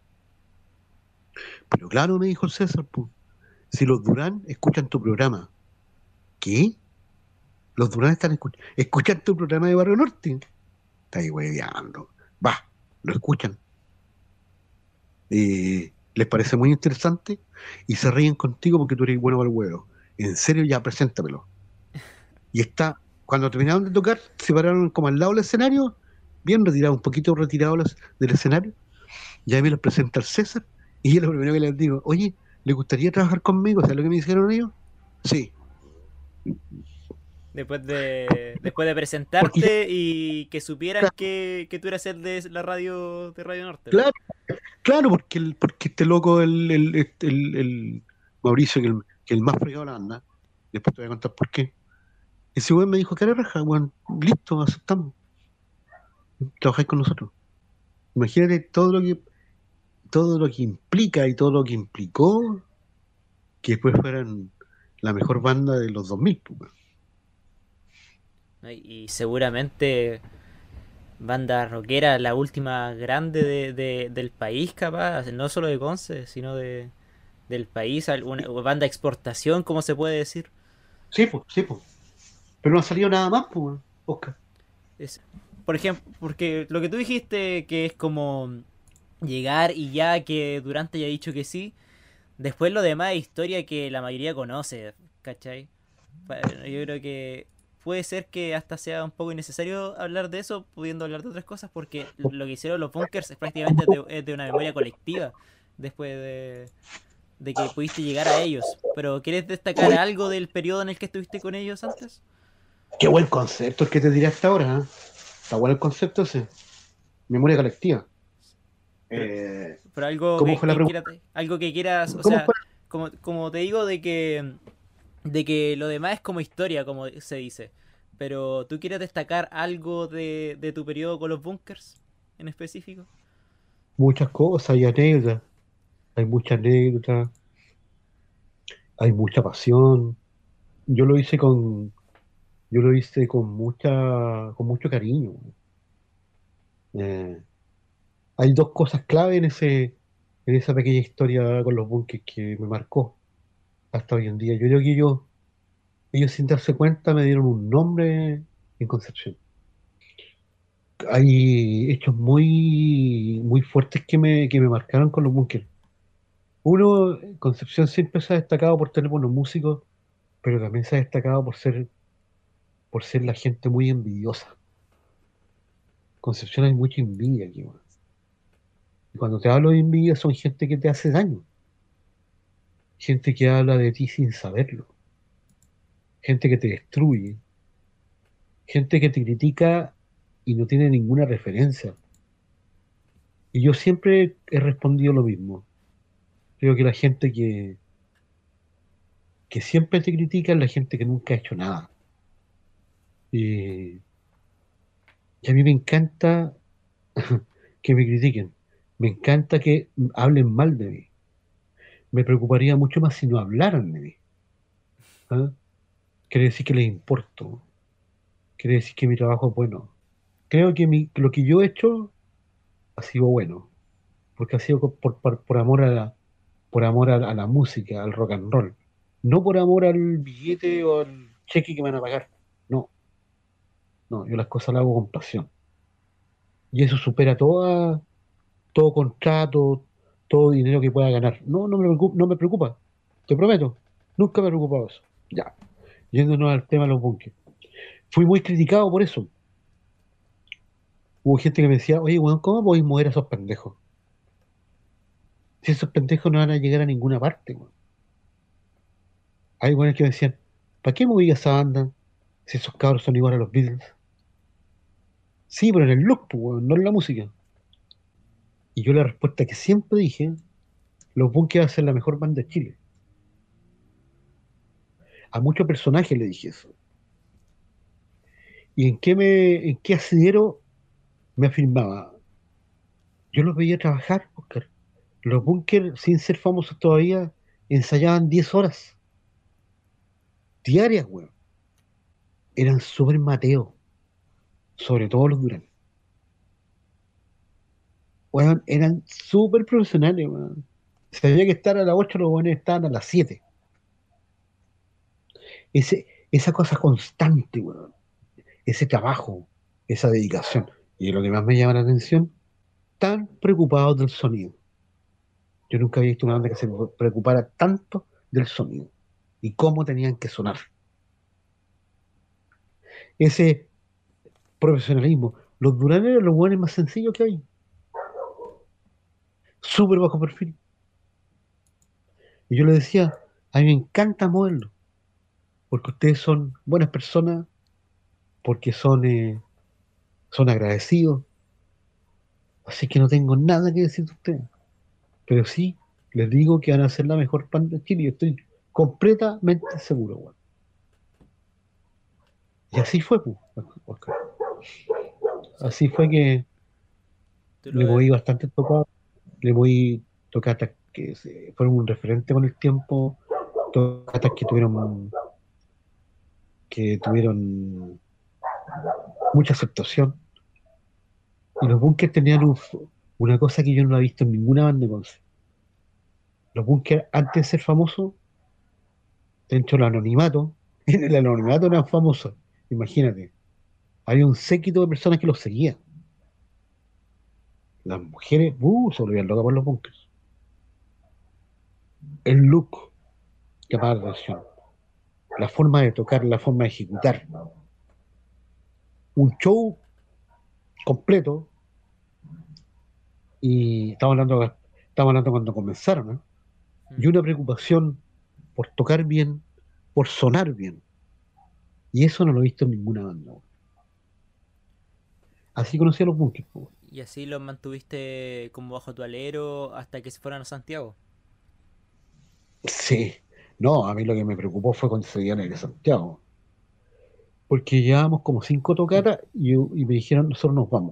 S2: pero claro, me dijo el César, pues, si los Durán escuchan tu programa. ¿Qué? Los Durán están escuchando, escuchan tu programa de Barrio Norte. Está ahí hueveando. Va, lo escuchan. Eh, les parece muy interesante y se ríen contigo porque tú eres bueno para el huevo. En serio, ya, preséntamelo. Y está, cuando terminaron de tocar, se pararon como al lado del escenario, bien retirados, un poquito retirados del escenario. Ya me los presenta el César y yo lo primero que les digo, oye, ¿le gustaría trabajar conmigo? ¿Sabes lo que me dijeron ellos? Sí,
S1: Después de, después de
S2: porque ya,
S1: presentarte y que supieran que, que tú eras el de la radio de Radio Norte, po.
S2: claro, claro, porque, el, porque este loco, el, el, este, el, el Mauricio, que el, que el más fregado de la banda, después te voy a contar por qué. Ese weón me dijo, ¿qué raja, weón? Listo, aceptamos, trabajáis con nosotros. Imagínate todo lo que, todo lo que implica y todo lo que implicó que después fueran la mejor banda de los dos mil, pues, weón.
S1: ¿No? Y, y seguramente banda rockera, la última grande de, de- del país, capaz, no solo de Conce, sino de, del país, alguna banda de exportación, como se puede decir.
S2: Sí, pues, sí, pues. Pero no ha salido nada más, pues, weón, Oscar.
S1: Es, por ejemplo, porque lo que tú dijiste que es como llegar y ya que Durante haya dicho que sí, después lo demás es historia que la mayoría conoce, ¿cachai? Pa- Yo creo que puede ser que hasta sea un poco innecesario hablar de eso, pudiendo hablar de otras cosas, porque lo que hicieron los bunkers es prácticamente de, es de una memoria colectiva, después de, de que pudiste llegar a ellos. Pero ¿quieres destacar
S2: Uy,
S1: algo del periodo en el que estuviste con ellos antes?
S2: qué buen concepto el que te diré hasta ahora, ¿eh? Está bueno el concepto ese. Memoria colectiva.
S1: Pero,
S2: Eh,
S1: pero algo
S2: ¿Cómo
S1: que,
S2: fue la
S1: que
S2: pregunta?
S1: quieras, algo que quieras, o
S2: ¿Cómo
S1: sea,
S2: fue?
S1: como, como te digo, de que, de que lo demás es como historia, como se dice. Pero ¿tú quieres destacar algo de, de tu periodo con los bunkers en específico?
S2: Muchas cosas, hay anécdotas, hay muchas anécdotas, hay mucha pasión. Yo lo hice con, yo lo hice con mucha, con mucho cariño. Eh, Hay dos cosas clave en ese, en esa pequeña historia con los bunkers que me marcó hasta hoy en día. Yo creo que ellos, ellos sin darse cuenta me dieron un nombre en Concepción. Hay hechos muy, muy fuertes que me, que me marcaron con los bunkers. Uno, Concepción siempre se ha destacado por tener buenos músicos, pero también se ha destacado por ser, por ser la gente muy envidiosa. Concepción hay mucha envidia aquí, weón. Y cuando te hablo de envidia son gente que te hace daño, gente que habla de ti sin saberlo, gente que te destruye, gente que te critica y no tiene ninguna referencia. Y yo siempre he respondido lo mismo. Creo que la gente que, que siempre te critica es la gente que nunca ha hecho nada. Y, y a mí me encanta que me critiquen. Me encanta que hablen mal de mí. Me preocuparía mucho más si no hablaran de mí. ¿Ah? Quiere decir que les importo. Quiere decir que mi trabajo es bueno. Creo que mi, lo que yo he hecho ha sido bueno, porque ha sido por, por, por amor a la, por amor a, la a la música, al rock and roll. No por amor al billete o al cheque que me van a pagar. No, no, yo las cosas las hago con pasión. Y eso supera toda, todo contrato, todo dinero que pueda ganar. No, no me preocupa, no me preocupa. Te prometo, nunca me ha preocupado eso. Ya, yéndonos al tema de los bunkers. Fui muy criticado por eso. Hubo gente que me decía, oye, weón, ¿cómo podéis mover a esos pendejos? Si esos pendejos no van a llegar a ninguna parte, weón. Hay weones que me decían, ¿para qué moví a esa banda si esos cabros son iguales a los Beatles? Sí, pero en el look, pues, weón, no en la música. Y yo la respuesta que siempre dije, los Bunkers va a ser la mejor banda de Chile. A muchos personajes le dije eso. ¿Y en qué me, en qué asidero me afirmaba? Yo los veía trabajar, Oscar. Los Bunkers, sin ser famosos todavía, ensayaban diez horas diarias, weón. Eran súper mateos, sobre todo los Durán. Weón, eran súper profesionales, weón. Se había que estar a las ocho, los buenos estaban a las siete. Ese, esa cosa constante, weón. Ese trabajo, esa dedicación. Y lo que más me llama la atención, tan preocupados del sonido. Yo nunca había visto una banda que se preocupara tanto del sonido y cómo tenían que sonar. Ese profesionalismo. Los Durán eran los buenos más sencillos que hay. Súper bajo perfil. Y yo le decía, a mí me encanta moverlo, porque ustedes son buenas personas, porque son, eh, son agradecidos, así que no tengo nada que decir de ustedes. Pero sí, les digo que van a ser la mejor banda de Chile y estoy completamente seguro, weón. Y así fue, pues, Oscar.
S1: O sea,
S2: Así fue que
S1: tú
S2: le
S1: lo,
S2: moví bastante tocado, le moví tocatas que se- fueron un referente con el tiempo, tocatas que tuvieron, que tuvieron mucha aceptación. Y los bunkers tenían un- una cosa que yo no la he visto en ninguna banda de Conce. Los bunkers, antes de ser famosos, dentro del anonimato, en el anonimato eran famosos. Imagínate, había un séquito de personas que los seguían. Las mujeres, uh, se volvían locas por los bunkers. El look llamaba la atención. La forma de tocar, la forma de ejecutar. Un show completo, y estamos hablando, estamos hablando cuando comenzaron, ¿eh?
S1: mm,
S2: Y una preocupación por tocar bien, por sonar bien. Y eso no lo he visto en ninguna banda. Así conocí a los bunkers, po.
S1: y así los mantuviste como bajo tu alero hasta que se fueran a Santiago.
S2: Sí. No, a mí lo que me preocupó fue cuando se iban a ir a Santiago. Porque llevábamos como cinco tocatas y, y me dijeron, nosotros nos vamos.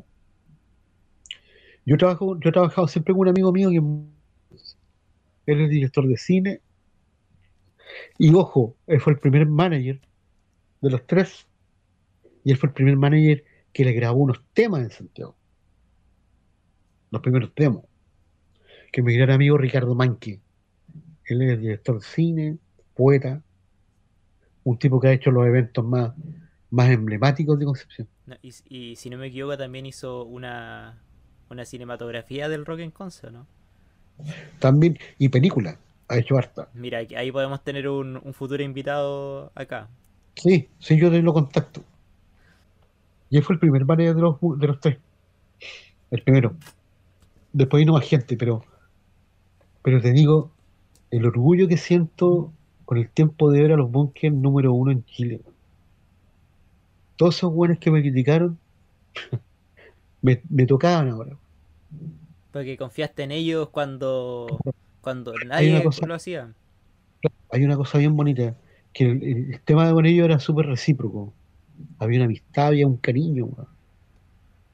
S2: Yo trabajo, yo he trabajado siempre con un amigo mío que él es director de cine. Y ojo, él fue el primer manager de los tres. Y él fue el primer manager que le grabó unos temas en Santiago. Los primeros demos. Que mi gran amigo Ricardo Manqui. Él es director de cine, poeta, un tipo que ha hecho los eventos más, más emblemáticos de Concepción.
S1: No, y, y si no me equivoco, también hizo una, una cinematografía del Rock en Conce, ¿no?
S2: También, y película, ha hecho harta.
S1: Mira, ahí podemos tener un, un futuro invitado acá.
S2: Sí, sí, yo lo contacto. Y él fue el primer manager de los, de los tres, el primero. Después vino más gente, pero, pero te digo, el orgullo que siento con el tiempo de ver a los Bunkers número uno en Chile. Todos esos buenos que me criticaron, me, me tocaban ahora.
S1: Porque confiaste en ellos cuando, cuando
S2: Hay una
S1: nadie
S2: cosa,
S1: lo hacía.
S2: hay una cosa bien bonita, que el, el tema de con ellos era súper recíproco. Había una amistad, había un cariño, weón.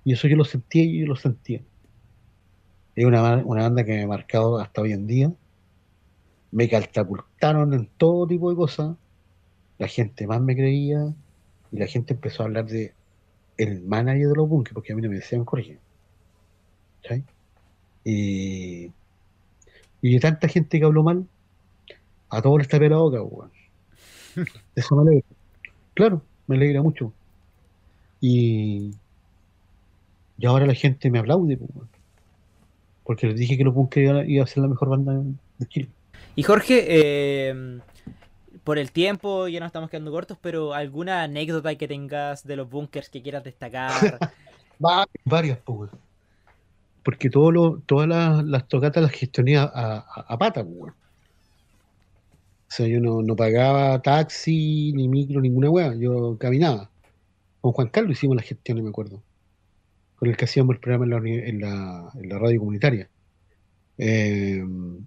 S2: Y eso yo lo sentía y yo lo sentía. Es una, una banda que me ha marcado hasta hoy en día. Me catapultaron en todo tipo de cosas. La gente más me creía y la gente empezó a hablar de el manager de los bunkers, porque a mí no me decían Jorge. ¿Cachai? Y, y de tanta gente que habló mal, a todos les tapé la boca, weón. Eso me alegra. Claro, me alegra mucho. Y, y ahora la gente me aplaude, pues, weón, porque les dije que los bunkers iba, iba a ser la mejor banda de Chile.
S1: Y Jorge, eh, por el tiempo ya nos estamos quedando cortos, pero ¿alguna anécdota que tengas de los bunkers que quieras destacar?
S2: Va- Varias, pues, weón. Porque todo lo, todas las, las tocatas las gestioné a, a, a pata, pues, weón. O sea, yo no, no pagaba taxi, ni micro, ninguna weá. Yo caminaba. Con Juan Carlos hicimos las gestiones, me acuerdo. Con el que hacíamos el programa en la, uni- en la, en la radio comunitaria. Eh,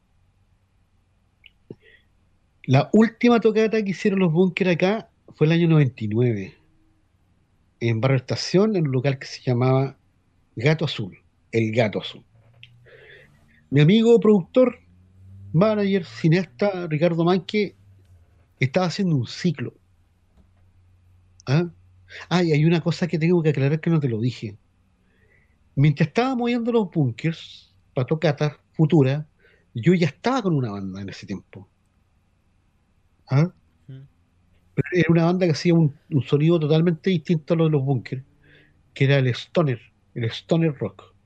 S2: la última tocata que hicieron los Bunkers acá fue el año noventa y nueve, en Barrio Estación, en un local que se llamaba Gato Azul, el Gato Azul. Mi amigo productor, manager, cineasta, Ricardo Manque, estaba haciendo un ciclo. ¿Ah? Ah, y hay una cosa que tengo que aclarar que no te lo dije. Mientras estaba moviendo los bunkers para tocatas futuras, yo ya estaba con una banda en ese tiempo. ¿Ah?
S1: Mm.
S2: Pero era una banda que hacía un, un sonido totalmente distinto a lo de los bunkers, que era el stoner, el stoner rock.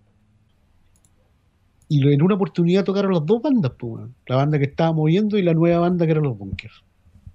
S2: Y lo- en una oportunidad tocaron las dos bandas, pues, weón. La banda que estaba moviendo y la nueva banda que eran los bunkers.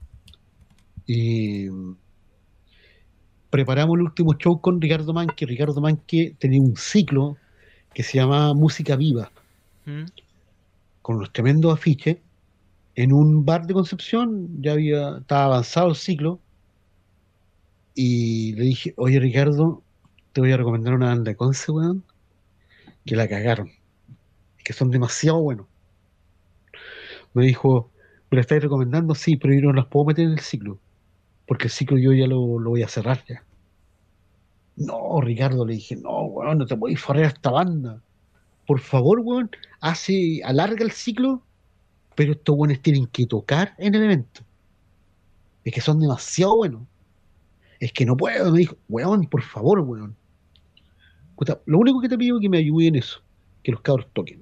S2: Y mm, preparamos el último show con Ricardo Manque. Ricardo Manque tenía un ciclo que se llamaba Música Viva,
S1: Mm.
S2: con unos tremendos afiches en un bar de Concepción. Ya había, estaba avanzado el ciclo. Y le dije, oye Ricardo, te voy a recomendar una banda de Conce, weón, que la cagaron, que son demasiado buenos. Me dijo, ¿me la estáis recomendando? Sí, pero yo no las puedo meter en el ciclo, porque el ciclo yo ya lo, lo voy a cerrar ya. No, Ricardo, le dije, no, weón, no te podéis forrar a esta banda. Por favor, weón, hace, alarga el ciclo, pero estos weones tienen que tocar en el evento. Es que son demasiado buenos. Es que no puedo, me dijo, weón, por favor, weón. Puta, lo único que te pido es que me ayude en eso, que los cabros toquen.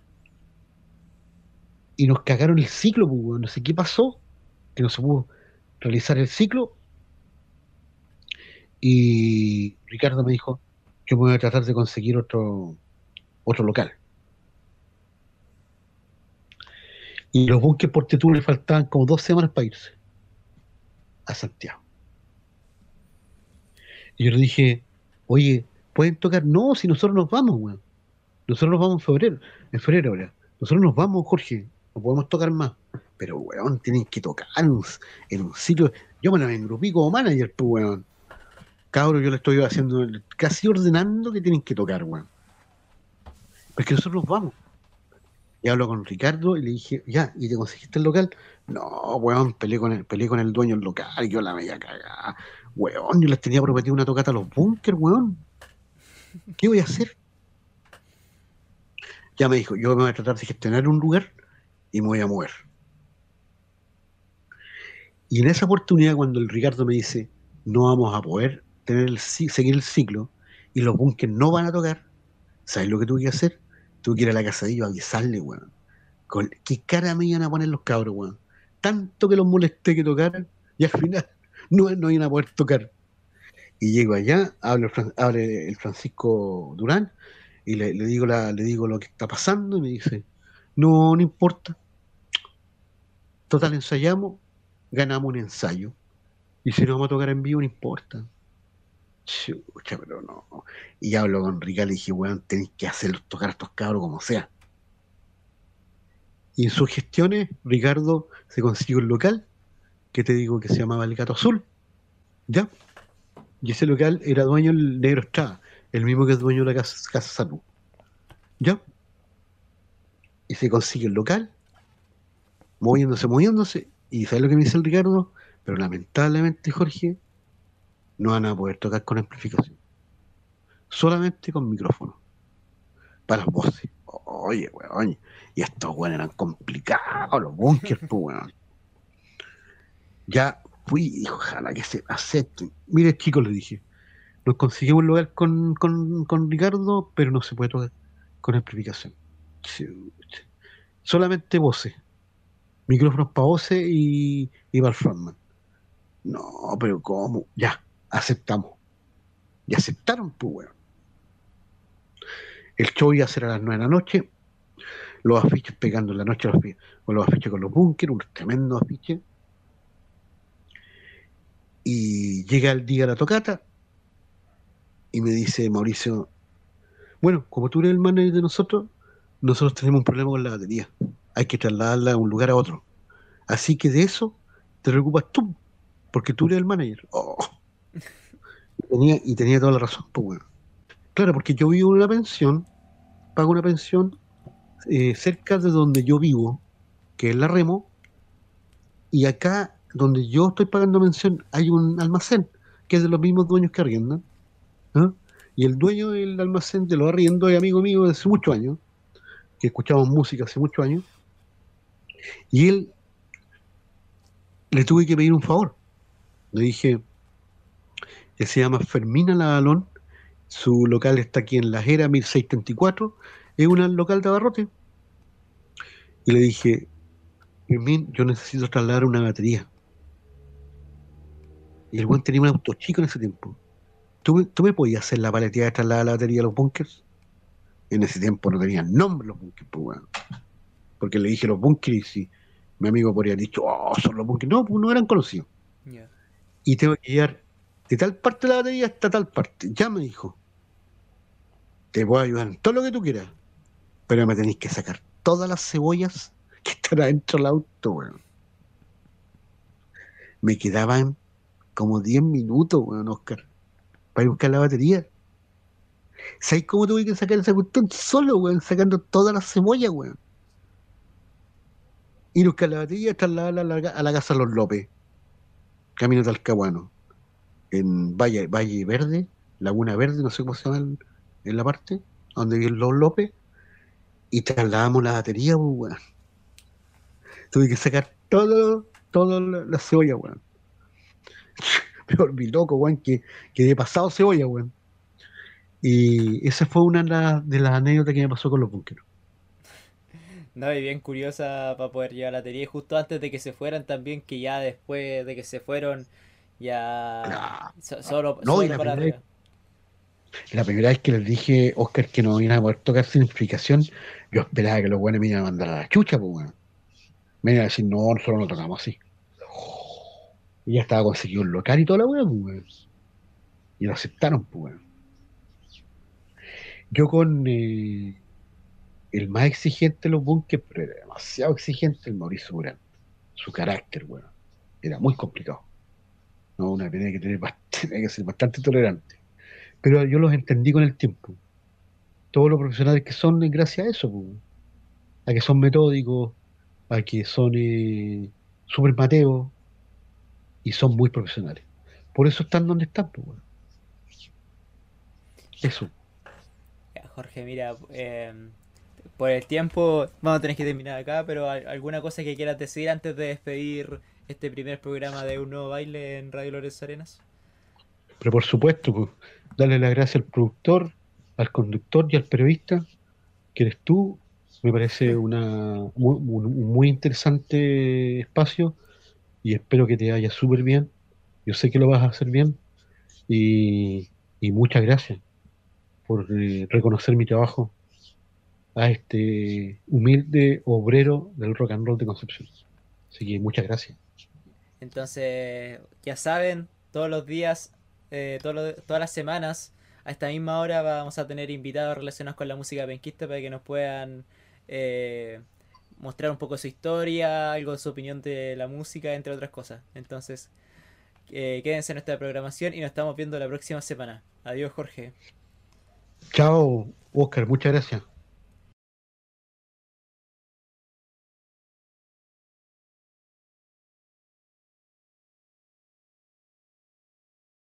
S2: Y nos cagaron el ciclo, pues, weón. No sé qué pasó, que no se pudo realizar el ciclo. Y Ricardo me dijo, yo me voy a tratar de conseguir otro, otro local. Y los bunkers por Tetú le faltaban como dos semanas para irse a Santiago. Y yo le dije, oye, ¿pueden tocar? No, si nosotros nos vamos, weón. Nosotros nos vamos en febrero, en febrero ahora. Nosotros nos vamos, Jorge. No podemos tocar más. Pero, weón, tienen que tocar en un, en un sitio. Yo me la engrupí como manager, pues, weón. Cabro, yo le estoy haciendo, casi ordenando que tienen que tocar, weón. Porque nosotros nos vamos. Y hablo con Ricardo y le dije, ya, ¿y te conseguiste el local? No, weón, peleé con el, peleé con el dueño del local y yo la media cagada. Weón, yo les tenía prometido una tocata a los bunkers, weón. ¿Qué voy a hacer? Ya me dijo, yo me voy a tratar de gestionar un lugar y me voy a mover. Y en esa oportunidad, cuando el Ricardo me dice, no vamos a poder tener el, ci- seguir el ciclo y los bunkers no van a tocar, ¿sabes lo que tuve que hacer? Tuve que ir a la casa de ellos a avisarle, weón. Con, ¿qué cara me iban a poner los cabros, weón? Tanto que los molesté que tocaran y al final no, no iban a poder tocar. Y llego allá, hablo el, Fran- abre el Francisco Durán y le, le digo la, le digo lo que está pasando y me dice, no, no importa, total ensayamos, ganamos un ensayo. Y si no vamos a tocar en vivo, no importa. Chucha, pero no. Y hablo con Ricardo y le dije, weón, tenéis que hacerlos tocar a estos cabros como sea. Y en sus gestiones, Ricardo se consiguió un local, que te digo que se llamaba El Gato Azul, ¿ya? Y ese local era dueño el Negro Estrada, el mismo que es dueño de la Casa, casa Salud, ¿ya? Y se consigue el local, moviéndose, moviéndose. Y ¿sabes lo que me dice el Ricardo? Pero lamentablemente, Jorge, no van a poder tocar con amplificación. solamente con micrófono, para las voces. Oye, weón, y estos weones eran complicados, los bunkers, pues, weón. Ya fui, y ojalá que se acepten. Mire, chicos, le dije, nos conseguimos un lugar con, con, con Ricardo, pero no se puede tocar con amplificación. Solamente voces, micrófonos para voces y, y para el frontman. No, pero ¿cómo? Ya, aceptamos. Y aceptaron, pues, weón. El show iba a ser a las nueve de la noche, los afiches pegando en la noche los, con los afiches con los bunkers, un tremendo afiche. Y llega el día de la tocata y me dice Mauricio, bueno, como tú eres el manager de nosotros, nosotros tenemos un problema con la batería. Hay que trasladarla de un lugar a otro. Así que de eso te preocupas tú, porque tú eres el manager. Oh. Y, tenía, y tenía toda la razón, pues bueno. Claro, porque yo vivo en una pensión, pago una pensión eh, cerca de donde yo vivo, que es la Remo, y acá donde yo estoy pagando pensión hay un almacén, que es de los mismos dueños que arriendan. ¿Ah? Y el dueño del almacén de los arriendos es amigo mío desde hace muchos años, que escuchamos música hace muchos años, y él le tuve que pedir un favor. Le dije, él se llama Fermín Aladalón, su local está aquí en La Jera mil seiscientos treinta y cuatro, es un local de abarrote. Y le dije, Fermín, yo necesito trasladar una batería. Y el buen tenía un auto chico en ese tiempo. ¿Tú, ¿Tú me podías hacer la paleteada de trasladar la batería a los bunkers? En ese tiempo no tenían nombre los bunkers, pues, bueno. Porque le dije los bunkers y si mi amigo podría haber dicho, oh, son los bunkers. No, pues no eran conocidos. Yeah. Y tengo que llegar de tal parte de la batería hasta tal parte. Ya me dijo, te puedo ayudar en todo lo que tú quieras, pero me tenéis que sacar todas las cebollas que están adentro del auto, weón. Me quedaban como diez minutos, weón, Oscar, para ir a buscar la batería. ¿Sabes cómo tuve que sacar esa cuestión? Solo, weón, sacando todas las cebollas, weón. Ir a buscar la batería, trasladarla a la, a la casa de los López, camino Talcahuano, en Valle, Valle Verde, Laguna Verde, no sé cómo se llama en, en la parte, donde viven los López, y trasladamos la batería, weón. Tuve que sacar todo, todo la cebolla, weón. Me volví loco, weón, que quedé pasado cebolla, weón. Y esa fue una de, la, de las anécdotas que me pasó con los bunkeros.
S1: No, y bien curiosa para poder llevar la batería. Y justo antes de que se fueran también, que ya después de que se fueron, ya
S2: Claro.
S1: so, solo,
S2: No, y
S1: solo
S2: la
S1: para
S2: primera,
S1: arriba.
S2: vez, la primera vez que les dije, Oscar, que no iban a poder tocar sin explicación, yo esperaba que los buenos me iban a mandar a la chucha, pues, weón. Me iban a decir, no, nosotros no tocamos así. Y ya estaba conseguido un local y toda la weón, pues, weón. Y lo aceptaron, pues, weón. Yo con eh, el más exigente de los bunkers, pero era demasiado exigente, el Mauricio Durán. Su carácter, weón. Era muy complicado. No, una tenía que tener bastante, tenía que ser bastante tolerante. Pero yo los entendí con el tiempo. Todos los profesionales que son, es gracias a eso, pues, a que son metódicos, a que son eh, súper mateos y son muy profesionales. Por eso están donde están, pues, bueno. Eso.
S1: Ya, Jorge, mira, eh, por el tiempo vamos a tener que terminar acá, pero ¿alguna cosa que quieras decir antes de despedir este primer programa de Un Nuevo Baile en Radio Lorenzo Arenas?
S2: Pero por supuesto, pues, darle las gracias al productor, al conductor y al periodista, que eres tú. Me parece una, muy, un muy interesante espacio y espero que te vaya súper bien. Yo sé que lo vas a hacer bien y, y muchas gracias por eh, reconocer mi trabajo a este humilde obrero del rock and roll de Concepción. Así que muchas gracias.
S1: Entonces, ya saben, todos los días, eh, todo lo, todas las semanas, a esta misma hora vamos a tener invitados relacionados con la música penquista para que nos puedan eh, mostrar un poco su historia, algo de su opinión de la música, entre otras cosas. Entonces, eh, quédense en nuestra programación y nos estamos viendo la próxima semana. Adiós, Jorge.
S2: Chao, Oscar, muchas gracias.